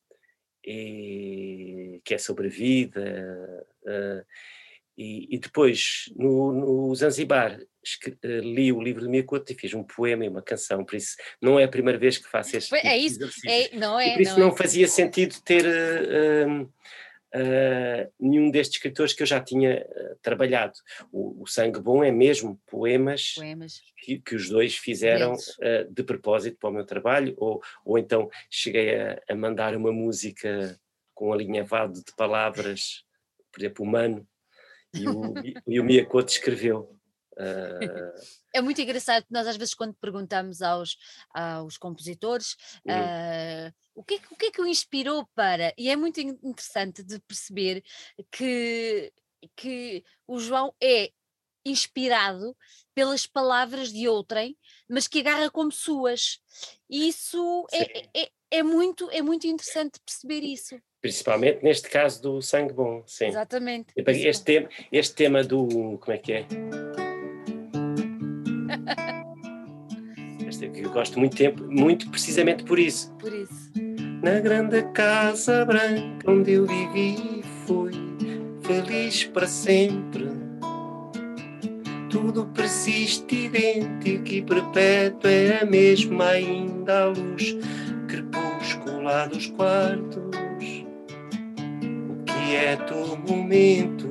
e, que é sobre a vida, uh, e, e depois no, no Zanzibar escre, uh, li o livro do Miyakoto e fiz um poema e uma canção, por isso não é a primeira vez que faço este tipo é de isso, exercícios, é, não é, e por isso não, não é. fazia sentido ter uh, uh, Uh, nenhum destes escritores que eu já tinha uh, trabalhado. O, o Sangue Bom é mesmo poemas, poemas. Que, que os dois fizeram uh, de propósito para o meu trabalho, ou, ou então cheguei a, a mandar uma música com um alinhavado de palavras, por exemplo, humano, e o, e o Miyakoto escreveu. Uh... É muito engraçado, nós às vezes quando perguntamos aos, aos compositores Uhum. uh, o, que é, o que é que o inspirou para, e é muito interessante de perceber que, que o João é inspirado pelas palavras de outrem, mas que agarra como suas, e isso é, é, é, muito, é muito interessante perceber isso. Principalmente neste caso do Sangue Bom, sim. Exatamente. Este tema, este tema do, como é que é? Eu gosto muito tempo, muito precisamente por isso. Por isso. Na grande casa branca onde eu vivi fui feliz para sempre. Tudo persiste idêntico e perpétuo, é a mesma ainda a luz crepuscular dos quartos. O que é teu momento?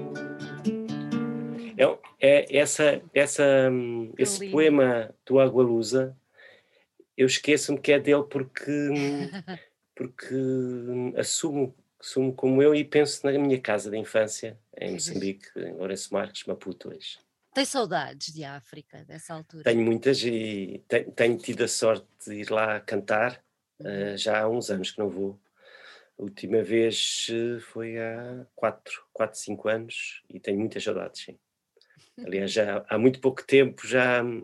É, é essa, essa, esse lindo. poema do Agolusa, eu esqueço-me que é dele porque, porque assumo, assumo como eu e penso na minha casa de infância, em Moçambique, em Lourenço Marques, Maputo hoje. Tem saudades de África, dessa altura? Tenho muitas e tenho, tenho tido a sorte de ir lá cantar, uhum. uh, já há uns anos que não vou. A última vez foi há quatro, quatro, cinco anos e tenho muitas saudades, sim. Aliás, já há muito pouco tempo já uh,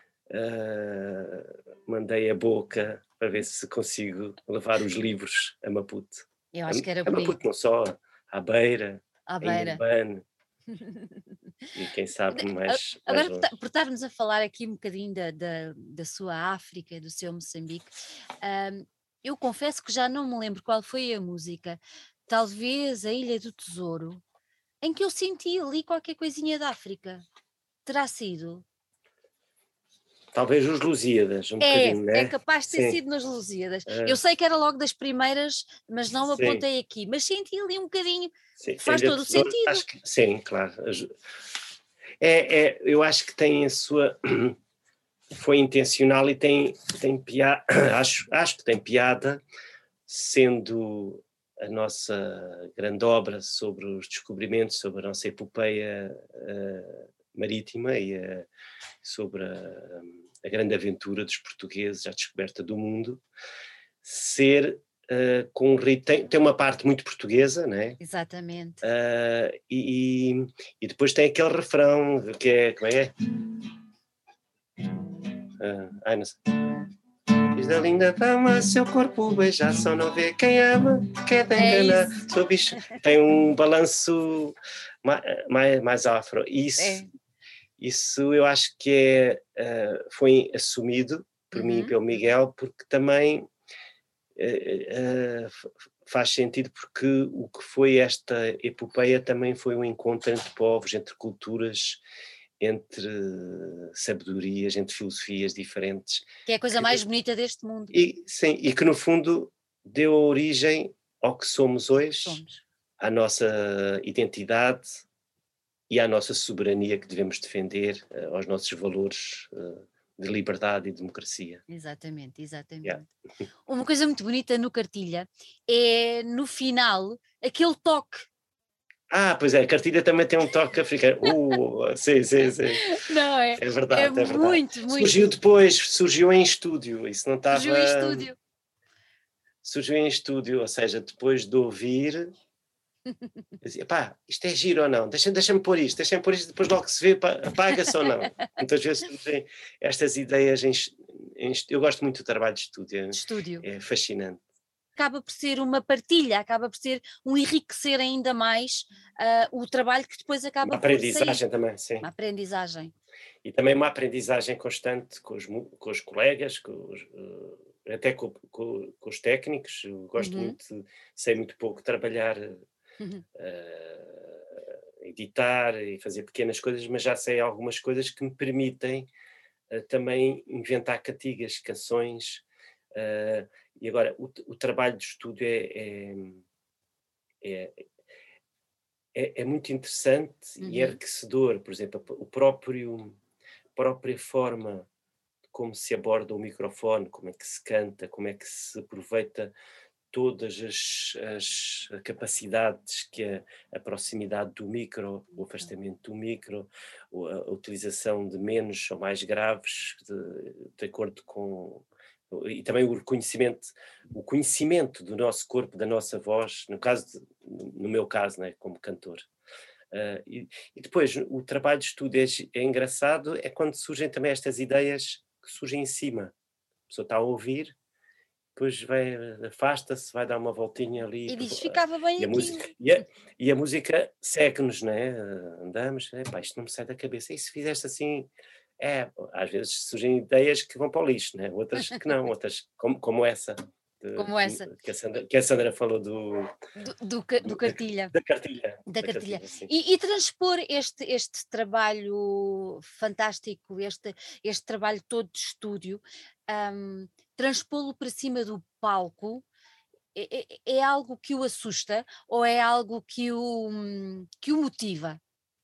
mandei a boca para ver se consigo levar os livros a Maputo. Eu A, acho que era a Maputo bonito. não só, à Beira, À a beira. Inhambane e quem sabe mais, mais Agora, por, longe. por estarmos a falar aqui um bocadinho da, da, da sua África, do seu Moçambique, hum, eu confesso que já não me lembro qual foi a música, talvez a Ilha do Tesouro, em que eu senti ali qualquer coisinha da África. Terá sido? Talvez os Lusíadas, um É, bocadinho, é né? capaz de ter Sim, sido nas Lusíadas. Eu uh, sei que era logo das primeiras, mas não sim, apontei aqui. Mas senti ali um bocadinho, sim. A faz Ilha do todo o Tesouro, sentido. acho que sim, claro. As- É, é, eu acho que tem a sua. Foi intencional e tem, tem piada, acho, acho que tem piada, sendo a nossa grande obra sobre os descobrimentos, sobre a nossa epopeia uh, marítima e a, sobre a, a grande aventura dos portugueses, a descoberta do mundo, ser uh, com um ritmo, tem, tem uma parte muito portuguesa, né? Exatamente. Uh, e, e depois tem aquele refrão que é, como é? Uh, ai, não sei. Diz da linda dama, seu corpo beija, só não vê quem ama, quer te É enganar. isso. Sou bicho. Tem um balanço mais, mais, mais afro. Isso, É. isso eu acho que é, uh, foi assumido por mim e Uhum. pelo Miguel, porque também uh, uh, faz sentido, porque o que foi esta epopeia também foi um encontro entre povos, entre culturas, entre sabedorias, entre filosofias diferentes. Que é a coisa Que, mais bonita deste mundo. e, sim, e que no fundo deu origem ao que somos Ao que hoje, somos. à nossa identidade e à nossa soberania que devemos defender, uh, aos nossos valores uh, de liberdade e democracia. Exatamente, Yeah. exatamente. Uma coisa muito bonita no Cartilha é, no final, aquele toque. Ah, pois é, a cartilha também tem um toque africano. Uh, sim, sim, sim. Não é? É É verdade, é verdade. muito, Surgiu muito. depois, surgiu em estúdio, isso não Surgiu estava. em estúdio. Surgiu em estúdio, ou seja, depois de ouvir, eu dizia, pá, isto é giro ou não? Deixa-me deixa pôr isto, deixa-me pôr isto, depois logo se vê, apaga-se ou não. Muitas vezes surgem estas ideias, em, em, eu gosto muito do trabalho de estúdio, De estúdio. é, é fascinante. Acaba por ser uma partilha, acaba por ser um enriquecer ainda mais uh, o trabalho que depois Uma acaba por sair. aprendizagem também, sim. Uma aprendizagem. E também uma aprendizagem constante com os, com os colegas, com os, uh, até com, com, com os técnicos. Eu gosto Uhum. muito, de, sei muito pouco trabalhar, Uhum. uh, editar e fazer pequenas coisas, mas já sei algumas coisas que me permitem uh, também inventar cantigas, canções. Uh, e agora, o, o trabalho de estúdio é, é, é, é, é muito interessante Uhum. e enriquecedor. Por exemplo, o próprio, a própria forma como se aborda o microfone, como é que se canta, como é que se aproveita todas as, as capacidades que a, a proximidade do micro, o afastamento do micro, a, a utilização de menos ou mais graves, de, de acordo com... E também o reconhecimento, o conhecimento do nosso corpo, da nossa voz, no caso, de, no meu caso, né, como cantor. Uh, e, e depois, o trabalho de estudo é, é engraçado, é quando surgem também estas ideias que surgem em cima. A pessoa está a ouvir, depois vai, afasta-se, vai dar uma voltinha ali E por, diz, ficava bem e a aquilo. música, e a, e a música segue-nos, né? Andamos, é, pá, isto não me sai da cabeça. E se fizeste assim, é, às vezes surgem ideias que vão para o lixo, né? Outras que não, outras como, como essa. De, Como essa. que, a Sandra, que a Sandra falou do, Do, do, do do da, cartilha. da cartilha. Da Da cartilha. cartilha, sim. E, e transpor este, este trabalho fantástico, este, este trabalho todo de estúdio, um, transpô-lo para cima do palco, é, é- é algo que o assusta ou é algo que o, hum, que o motiva?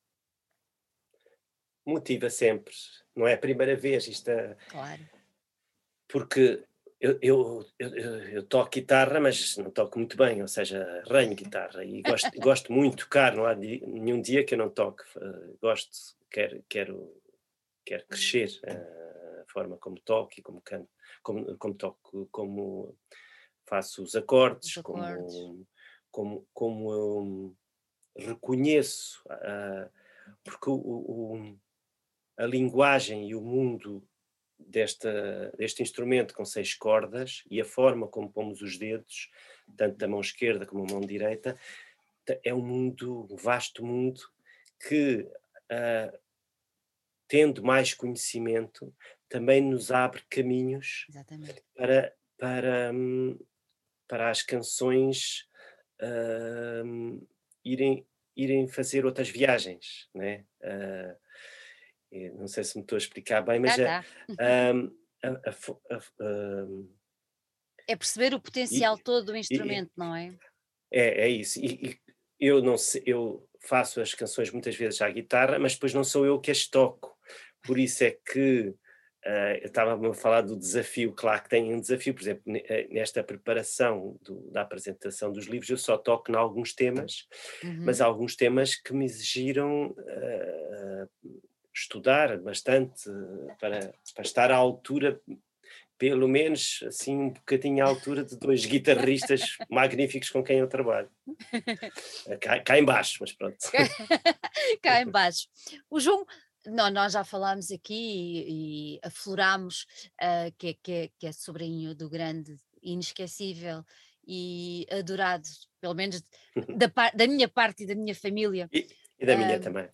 Motiva sempre, não é a primeira vez, isto é, Claro. porque eu, eu, eu, eu toco guitarra, mas não toco muito bem, ou seja, arranho guitarra e gosto, gosto muito de tocar, não há di, nenhum dia que eu não toque, uh, gosto, quero, quero, quero crescer uh, a forma como toco e como canto, como, como toco, como faço os acordes, Os acordes. como, como, como eu reconheço uh, porque o, o- a linguagem e o mundo desta, deste instrumento com seis cordas e a forma como pomos os dedos, tanto da mão esquerda como a mão direita, te- é um mundo, um vasto mundo que, ah, tendo mais conhecimento, também nos abre caminhos Exatamente. para, para, hum, para as canções, hum, irem, irem fazer outras viagens, né? Ah, eh, não sei se me estou a explicar bem, Tá, mas a, tá. hum, a- a fo- a- hum, É perceber o e- potencial todo do e- instrumento, não é? é, é isso. E, e eu não sei, eu faço as canções muitas vezes à guitarra, mas depois não sou eu que as toco. Por isso é que ah, eu estava a falar do desafio, claro que tem um desafio, por exemplo, ne- eh, nesta preparação do- da apresentação dos livros, eu só toco em alguns temas, mas Uhum. há alguns temas que me exigiram ah, estudar bastante eh, para, para estar à altura, pelo menos assim um bocadinho à altura de dois guitarristas magníficos com quem eu trabalho. Eh, Cá, cá em baixo, mas pronto. Cá em baixo. O João, nó nós já falámos aqui e e aflorámos, ah, que é que é que é sobrinho do grande, inesquecível e adorado, pelo menos da par da minha parte e da minha família, E, e da minha ah, também.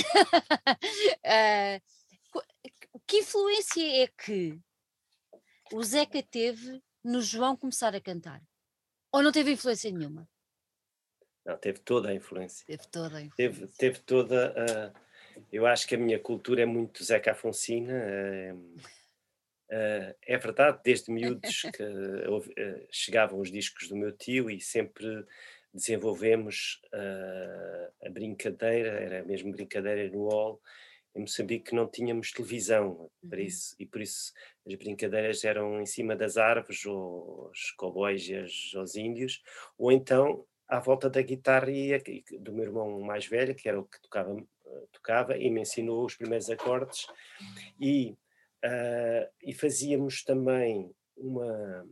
ah, co que influência é que o Zeca teve no João começar a cantar? Ou não teve influência nenhuma? Não, teve toda a influência. Teve toda a Teve, influência. teve toda a. Eu acho que a minha cultura é muito Zeca Afonsina. eh, eh, é verdade, desde miúdos que ouvi- eh, chegavam os discos do meu tio e sempre desenvolvemos eh, a brincadeira, era mesmo brincadeira no hall. Em Moçambique não tínhamos televisão para Uhum. isso, e por isso as brincadeiras eram em cima das árvores, ou os cowboys e as- os índios, ou então à volta da guitarra e a- e do meu irmão mais velho, que era o que tocava, eh, tocava e me ensinou os primeiros acordes, e, ah, e fazíamos também uma,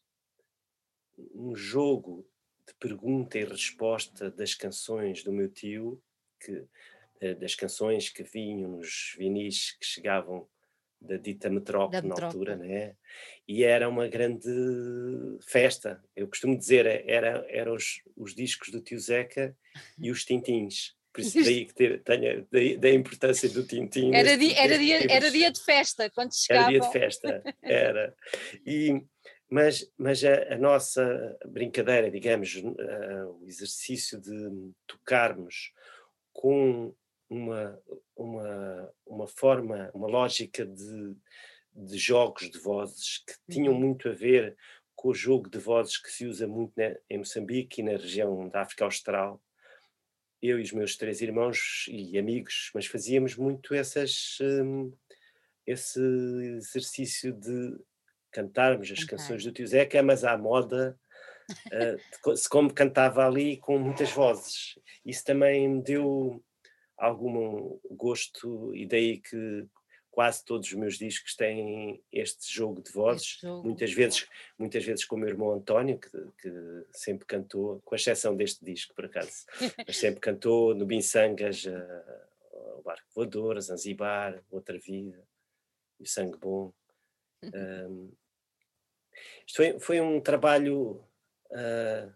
um jogo de pergunta e resposta das canções do meu tio, que, eh, das canções que vinham nos vinis que chegavam da dita Da metrópole na altura, metrópole. né? E era uma grande festa. Eu costumo dizer, eh, era, eram os, os discos do tio Zeca e os tintins. Por E isso os daí que ter, tenha, daí, da importância do tintim era neste, dia era nestes dia era livros. dia de festa quando Era dia de chegavam. festa, era. E, mas mas a, a nossa brincadeira, digamos, eh, o exercício de tocarmos com uma, uma, uma forma, uma lógica de, de jogos de vozes que tinham Uhum. muito a ver com o jogo de vozes que se usa muito na- em Moçambique e na região da África Austral. Eu e os meus três irmãos e amigos, mas fazíamos muito essas, hum, esse exercício de cantarmos as Cantar. canções do tio Zeca, mas à moda, eh, de co- se como cantava ali com muitas vozes. Isso também me deu algum gosto, e daí que quase todos os meus discos têm este jogo de Este vozes, jogo. muitas vezes, muitas vezes com o meu irmão António, que, que sempre cantou, com exceção deste disco, por acaso, mas sempre cantou no Binsangas, eh, o Barco Voador, Zanzibar, Outra Vida, e o Sangue Bom. Um, isto foi, foi um trabalho, ah,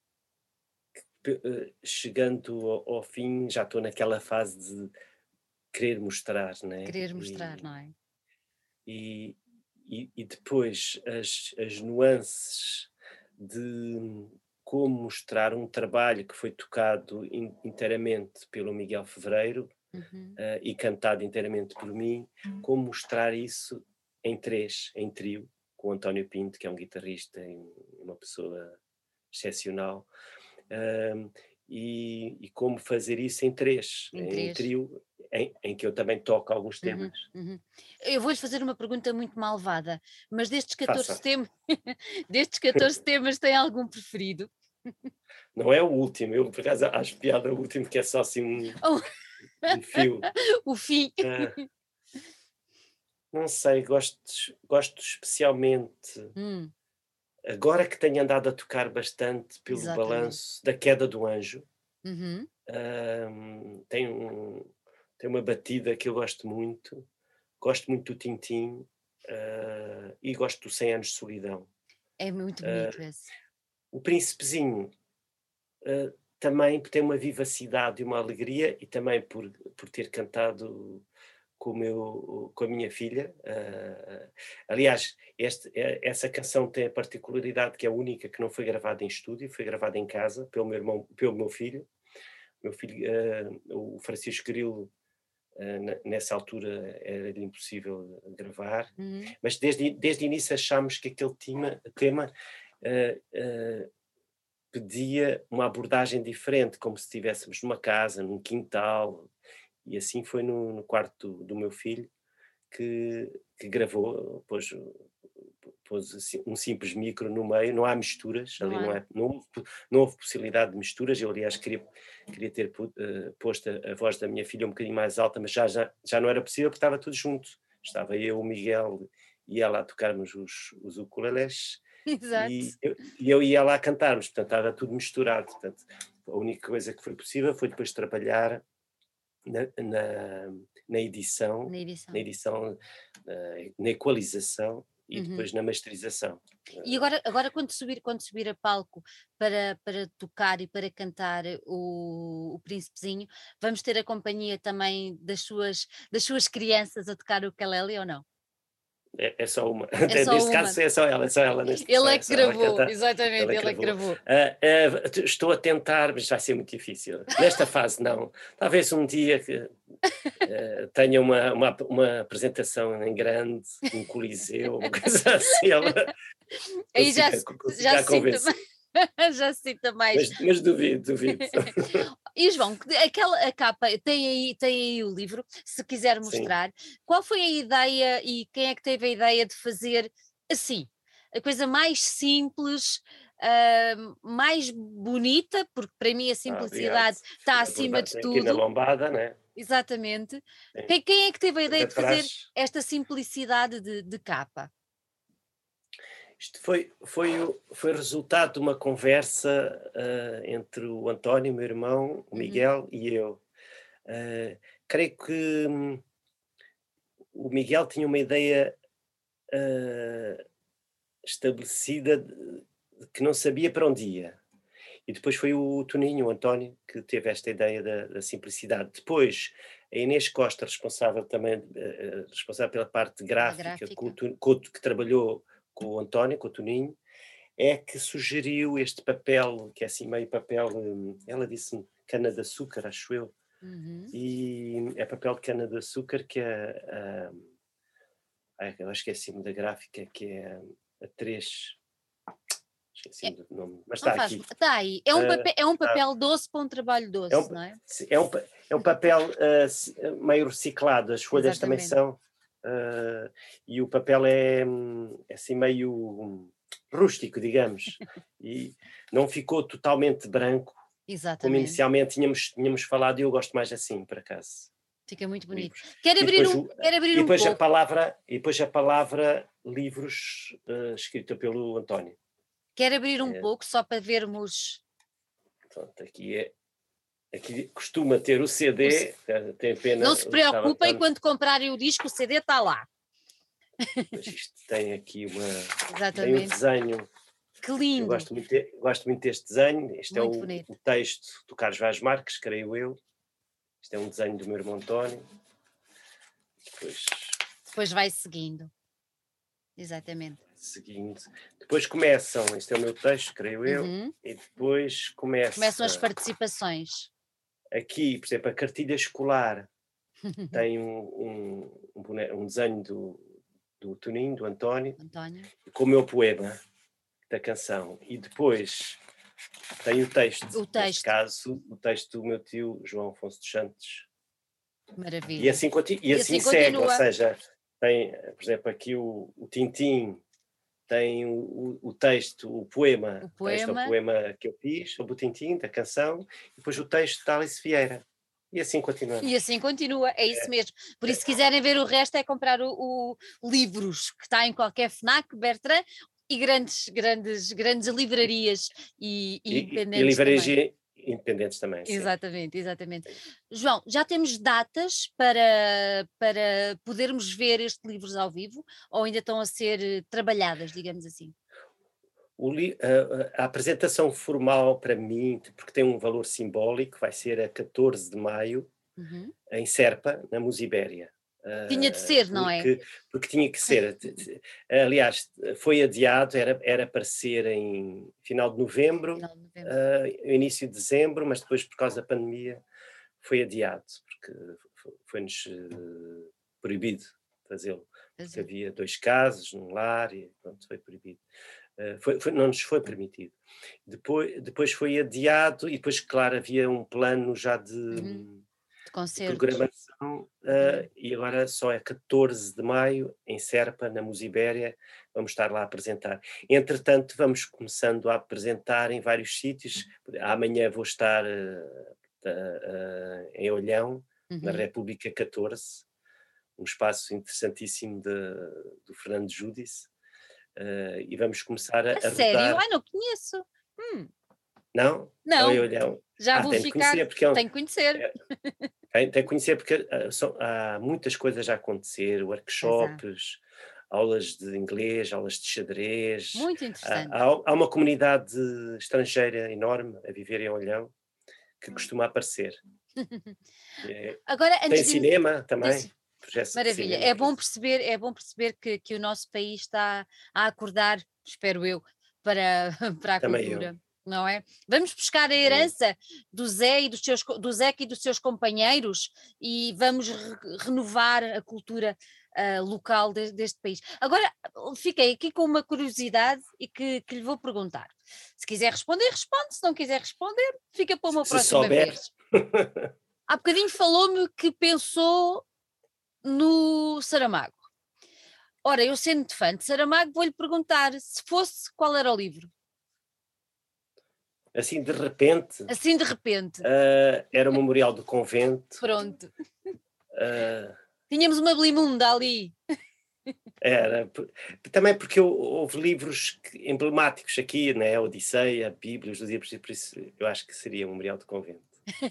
pe- eh, chegando ao, ao fim, já estou naquela fase de querer mostrar, né? Querer mostrar, E, não é? e, e, e depois as, as nuances de como mostrar um trabalho que foi tocado in- inteiramente pelo Miguel Fevereiro, Uhum. ah, e cantado inteiramente por mim, como mostrar isso em três, em trio, com o António Pinto, que é um guitarrista e uma pessoa excepcional, ahm, e, e como fazer isso em três, Em em três. trio, em, em que eu também toco alguns temas. Uhum, uhum. Eu vou-lhe fazer uma pergunta muito malvada, mas destes catorze Faça. temas destes catorze temas tem algum preferido? Não é o último, eu por acaso acho piada o último, que é só assim um, Oh, um fio. o fim. Ah, não sei, gosto, gosto especialmente, Hum, agora que tenho andado a tocar bastante pelo exatamente. balanço da Queda do Anjo. Uhum. Hum, tem um, tem uma batida que eu gosto muito, gosto muito do Tintim, uh, e gosto do cem anos de solidão. É muito Uh, bonito esse. o Príncipezinho uh, também tem uma vivacidade e uma alegria, e também por, por ter cantado com, o meu, com a minha filha. Uh, aliás, este, essa canção tem a particularidade que é a única que não foi gravada em estúdio, foi gravada em casa pelo meu irmão, pelo meu filho. Meu filho, uh, o Francisco Grilo, uh, nessa altura era-lhe impossível gravar, Uhum. mas desde, desde o início achámos que aquele tema, tema uh, uh, pedia uma abordagem diferente, como se estivéssemos numa casa, num quintal, e assim foi no, no quarto do, do meu filho que, que gravou, pôs, pôs assim, um simples micro no meio, não há misturas, Não ali há. não, é, não, houve, não houve possibilidade de misturas. Eu aliás queria, queria ter uh, posto a, a voz da minha filha um bocadinho mais alta, mas já, já, já não era possível porque estava tudo junto, estava eu, o Miguel e ela a tocarmos os, os ukulelés, Exato. e eu, e eu ia lá a cantarmos, portanto estava tudo misturado. Portanto, a única coisa que foi possível foi depois trabalhar na, na, na edição, Na edição. na, edição na, na equalização e Uhum. depois na masterização. E agora, agora quando, subir, quando subir a palco para, para tocar e para cantar o, o Príncipezinho, vamos ter a companhia também das suas, das suas crianças a tocar o ukulele ou não? É, é só uma. É só Neste uma. caso é só ela, é só ela. Neste, Ele só, é é que só ela gravou, cantar. exatamente, Ela ele é que gravou. gravou. Uh, uh, estou a tentar, mas vai ser muito difícil. Nesta fase não. Talvez um dia que uh, tenha uma, uma, uma apresentação em grande, um coliseu, uma coisa assim, ela Aí já, consiga, se- já consiga a se sinta convencer. já se sinta mais. Mas, mas duvido, duvido. E João, que- aquela a capa, tem aí, tem aí o livro, se quiser Sim. mostrar. Qual foi a ideia e quem é que teve a ideia de fazer assim? A coisa mais simples, ah, mais bonita, porque para mim a Ah, obrigado. simplicidade está A acima bordar de tem aqui na tudo. lombada, né? Exatamente. Sim. Quem, quem é que teve a Depois ideia de fazer atrás. esta simplicidade de, de capa? Isto foi, foi, o- foi resultado de uma conversa ah, entre o António, meu irmão, o Uhum. Miguel e eu. Ah, creio que hum, o Miguel tinha uma ideia ah, estabelecida de, de que não sabia para onde ia. E depois foi o Toninho, o António, que teve esta ideia da, da simplicidade. Depois, a Inês Costa, responsável também, eh, eh, responsável pela parte Da gráfica, com o gráfica. Tu- com o- que trabalhou com o António, com o Toninho, é que sugeriu este papel, que é assim meio papel, hum, ela disse-me cana de açúcar, acho eu, Uhum. e é papel de cana de açúcar que é, hum, ai, eu acho que é acima da gráfica, que é a três, esqueci-me do nome, mas Não está faz. aqui. Está aí. É um Ah, papel, é um está. papel doce para um trabalho É um, doce, não é? é um, é um papel uh, ci- meio reciclado, as folhas também Exatamente. são, uh, e o papel é, hum, é assim meio hum, rústico, digamos, e não ficou totalmente branco, como Exatamente. inicialmente tínhamos, tínhamos falado, e eu gosto mais assim, por acaso, Fica muito bonito. livros. Quero E abrir depois, um, o, quero abrir e um depois a pouco. palavra, e depois a palavra livros, uh, escrita pelo António. Quero abrir um É, pouco só para vermos. pronto, aqui é. Aqui costuma ter o O c- C D, eh, tem Não pena, se estava, preocupem, estava- quando comprarem o disco, o C D está lá. mas isto tem aqui uma, tem um Exatamente. desenho, Que eu lindo. gosto muito, de- gosto muito deste desenho. Este é Muito o, bonito. o texto do Carlos Vaz Marques, creio eu. Este é um desenho do meu irmão António. Depois, Depois vai seguindo. Exatamente. seguindo, depois começam, este é o meu texto, creio eu, Uhum. e depois Começam as começa participações. aqui, por exemplo, a cartilha escolar tem um, um, um, bone- um desenho do, do Toninho, do António, António. com o meu poema da canção. E depois tem o texto, O neste texto. caso, o texto do meu tio João Afonso dos Santos. E Maravilha. assim, conti- e E assim assim segue, ou continua. seja, tem, por exemplo, aqui o, o Tintim, tem o, o, o texto, o poema, O texto é o poema. poema que eu fiz sobre o Tintim, da canção, e depois o texto da Alice Vieira. E assim continuamos. E assim continua, é isso mesmo. Por isso, se quiserem ver o resto, é comprar o, o livros que está em qualquer FNAC, Bertrand, e grandes, grandes, grandes livrarias e, e E, e, e independentes também. livraria, independentes também, sim. Exatamente, exatamente. Sim. João, já temos datas para, para podermos ver estes livros ao vivo ou ainda estão a ser eh, trabalhadas, digamos assim? O li a a a apresentação formal para mim, porque tem um valor simbólico, vai ser a catorze de maio, Uhum. em Serpa, na Musibéria. Tinha de Ah, ser, não é? porque porque tinha que ser. T t Aliás, foi adiado, era era para ser em final de novembro, Final de novembro. ah, início de dezembro, mas depois por causa da pandemia foi adiado, porque fo foi-nos, eh, proibido fazê-lo, Pois porque é. havia dois casos num lar e pronto, foi proibido. Eh, foi foi não nos foi permitido. Depois depois foi adiado e depois, claro, havia um plano já de Uhum. De de concertos. programação, Uhum. eh, e agora só é catorze de maio, em Serpa, na Musibéria, vamos estar lá a apresentar. Entretanto, vamos começando a apresentar em vários sítios. Amanhã vou estar, eh, eh, eh, em Olhão, na Uhum. República catorze, um espaço interessantíssimo de do Fernando Júdice, eh, e vamos começar a A a sério? rodar. Ai, não conheço. Hum, Não? Ou em não, Olhão? já Ah, vou tem de ficar. conhecer, porque é um Tenho que conhecer. é tem tem que conhecer, porque, ah, são há muitas coisas a acontecer, Pois há. workshops, aulas de inglês, aulas de xadrez, Muito há interessante. há há uma comunidade estrangeira enorme a viver em Olhão, que costuma aparecer. Eh, Agora, tem antes de cinema desse também, projetos de maravilha, cinema, é por bom isso. perceber é bom perceber que que o nosso país está a acordar, espero eu, para para a Também eu, cultura, não é? Vamos buscar a também eu. herança do Zé e dos seus co do Zeca e dos seus companheiros e vamos re renovar a cultura, hã, local de deste país. Agora, fiquei aqui com uma curiosidade e que que lhe vou perguntar. Se quiser responder, responde, se não quiser responder, fica para uma Se próxima souber. vez. Há bocadinho falou-me que pensou no Saramago. Ora, eu sendo fã de Saramago, vou-lhe perguntar, se fosse, qual era o livro? Assim, de repente, Assim de repente. ah, era o Memorial do Convento, Pronto. ah, Tínhamos uma belimunda ali. era, po também porque hou houve livros que emblemáticos aqui, né, a Odisseia, a Bíblia, os livros, e por isso eu acho que seria o Memorial do Convento.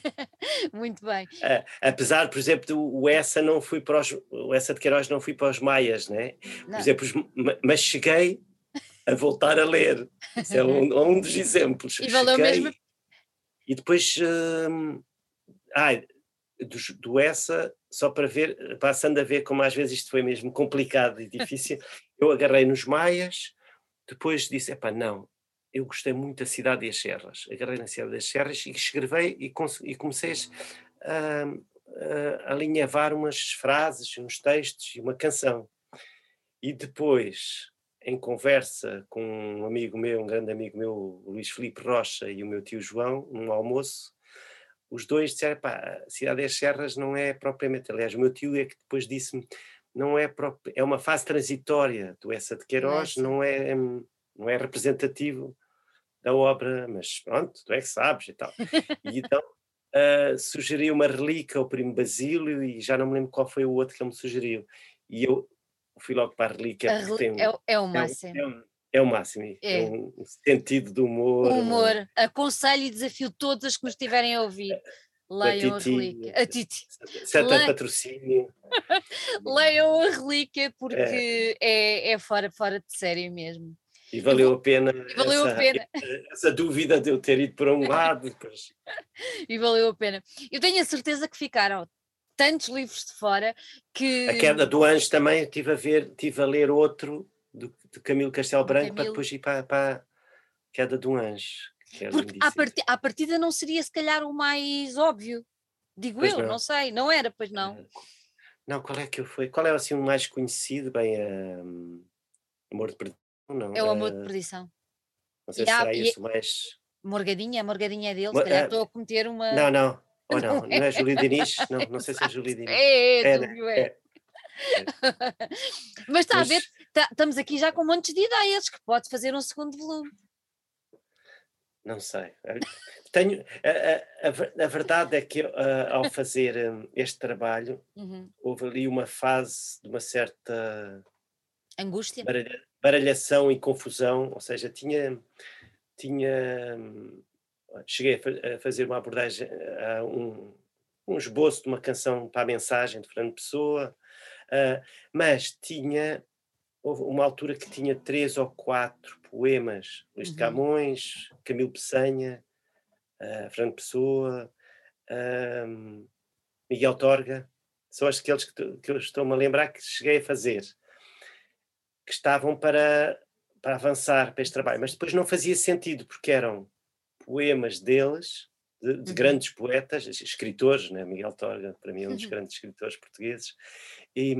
Muito bem. Ah, apesar, por exemplo, do o Essa não fui para os o Essa de Queiroz não fui para os maias, né, por Não. exemplo, os ma mas cheguei a voltar a ler, isso é um um dos exemplos. E valeu mesmo a Cheguei e depois, hum, ai, dos do Essa, só para ver, passando a ver como às vezes isto foi mesmo complicado e difícil, eu agarrei nos maias, depois disse: "Epá, não, eu gostei muito da Cidade e as Serras", agarrei na Cidade das Serras e escrevei e conse e comecei a a alinhavar umas frases, uns textos e uma canção. E depois, em conversa com um amigo meu, um grande amigo meu, o Luís Filipe Rocha, e o meu tio João, num almoço, os dois disseram: "Pá, a Cidade das Serras não é propriamente", aliás, o meu tio é que depois disse-me: "Não é propi é uma fase transitória do Essa de do Queiroz, essa. não é não é representativo da obra, mas pronto, tu é que sabes", e tal. E então, ah, sugeriu uma relíquia ao Primo Basílio e já não me lembro qual foi o outro que ele me sugeriu. E eu fui logo para a relíquia A porque reli tem é um o é o é um máximo. é um é o máximo, e é É. um um sentido de O humor, uma humor. Aconselho e desafio todos os que nos estiverem a ouvir, com a leiam a Titi, relíquia. A Titi. Santa Le Patrocínio, leiam a relíquia é, porque é é fora fora de série mesmo. e Eu valeu vou a pena e valeu a essa pena. essa dúvida de eu ter ido para um lado, depois E valeu a pena. Eu tenho a certeza que ficaram tantos livros de fora a que Queda do Anjo também estive a ver, estive a ler outro do de Camilo Castelo do Branco para Camilo, depois ir para para a Queda do Anjo, que é porque à lindíssimo. parti à partida não seria se calhar o mais óbvio, digo Pois eu, não. não sei, não era, pois não? Eh, não, qual é que eu fui? Qual é assim o mais conhecido? Bem, hum, Amor de Perdição, não, É o Amor de eh, Perdição. não E sei se há será e esse o mais. Morgadinha, Morgadinha é dele, Ma se calhar ah, estou a cometer uma não, não, ou não não, é? não é Júlio Diniz? Não, não sei se é Exato, Júlio Diniz. é, é, É, né? Júlio, é. É, é. Mas está a ver, Mas ta estamos aqui já com montes de ideias, que pode fazer um segundo volume. não sei. Olha, tenho a a a ver a verdade é que eu, ah, ao fazer, hum, este trabalho, Uhum. houve ali uma fase de uma certa Angústia? baralha baralhação e confusão, ou seja, tinha tinha hum, cheguei a, fa- a fazer uma abordagem, a um, um esboço de uma canção para a mensagem de Fernando Pessoa, ah, mas tinha, houve uma altura que tinha três ou quatro poemas, Luís de Uhum. Camões, Camilo Peçanha, ah, Fernando Pessoa, ah, Miguel Torga, são aqueles que, tu- que eu estou-me a lembrar que cheguei a fazer, que estavam para, para avançar para este trabalho, mas depois não fazia sentido, porque eram poemas deles, de, de Uhum. grandes poetas, es- escritores, né? Miguel Torga, para mim, é um dos grandes escritores portugueses, e,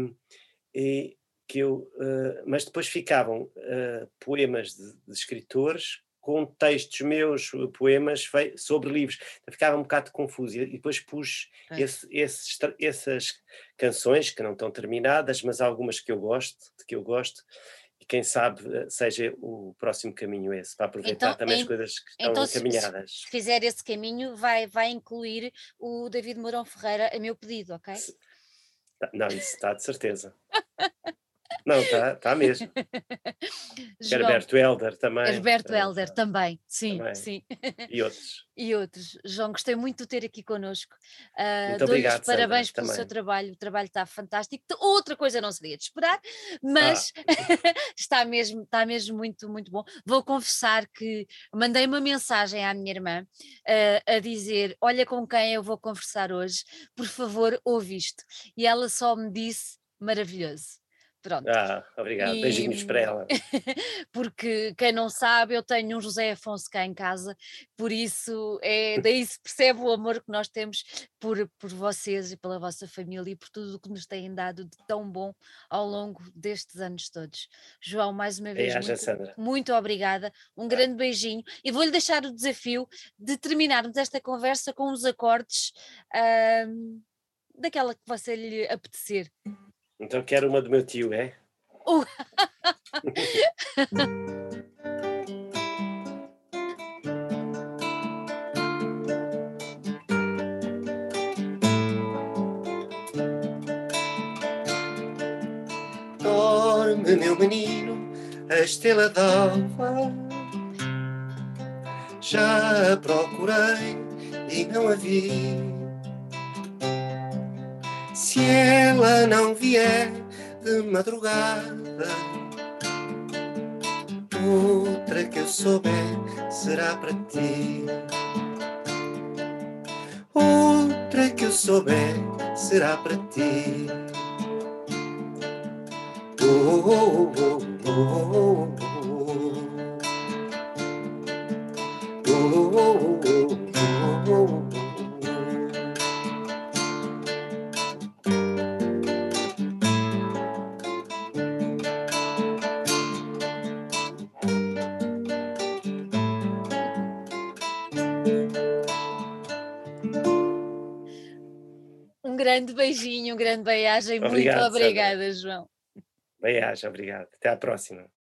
e que eu, eh, mas depois ficavam eh, poemas de, de escritores com textos meus, eh, poemas fei- sobre livros. Eu ficava um bocado confuso e, e depois pus Pois. esse- esses tra- essas canções que não estão terminadas, mas algumas que eu gosto, de que eu gosto, e quem sabe eh, seja o próximo caminho esse, para aproveitar Então, também as en- coisas que estão então se, se- encaminhadas. se fizer esse caminho, vai, vai incluir o David Mourão Ferreira a meu pedido, ok? Se- tá- Não, isso está de certeza. Não, está tá mesmo. João, Herberto Helder também, Herberto eh, Helder também, sim, também, sim. e outros. E outros. João, gostei muito de ter aqui connosco. Ah, Muito dou-lhe os obrigado, Sandra, parabéns pelo seu também. trabalho, o trabalho está fantástico. T- Outra coisa não seria de esperar, Ah, mas está mesmo, está mesmo muito, muito bom. Vou confessar que mandei uma mensagem à minha irmã, ah, a dizer: Olha com quem eu vou conversar hoje, por favor, ouve isto. E ela só me disse: maravilhoso. Pronto. ah, obrigado. E Beijinhos para ela. porque quem não sabe, eu tenho um José Afonso cá em casa, por isso é daí se percebe o amor que nós temos por, por vocês e pela vossa família e por tudo o que nos têm dado de tão bom ao longo destes anos todos. João, mais uma vez, Bem-aja, muito, Sandra. muito obrigada, um Ah, grande beijinho e vou-lhe deixar o desafio de terminarmos esta conversa com os acordes ahm, daquela que você lhe apetecer. então quero uma do meu tio, é? Uh, Dorme, meu menino, a estrela d'alva. Já a procurei e não a vi. Se ela não vier de madrugada, outra que eu souber será para ti. Outra que eu souber será para ti. Oh, oh, oh, oh, oh, oh, oh, oh. um grande beijinho, um grande beiagem, muito Obrigado, Sandra. obrigada, João. Bem-aja, obrigado. Até à próxima.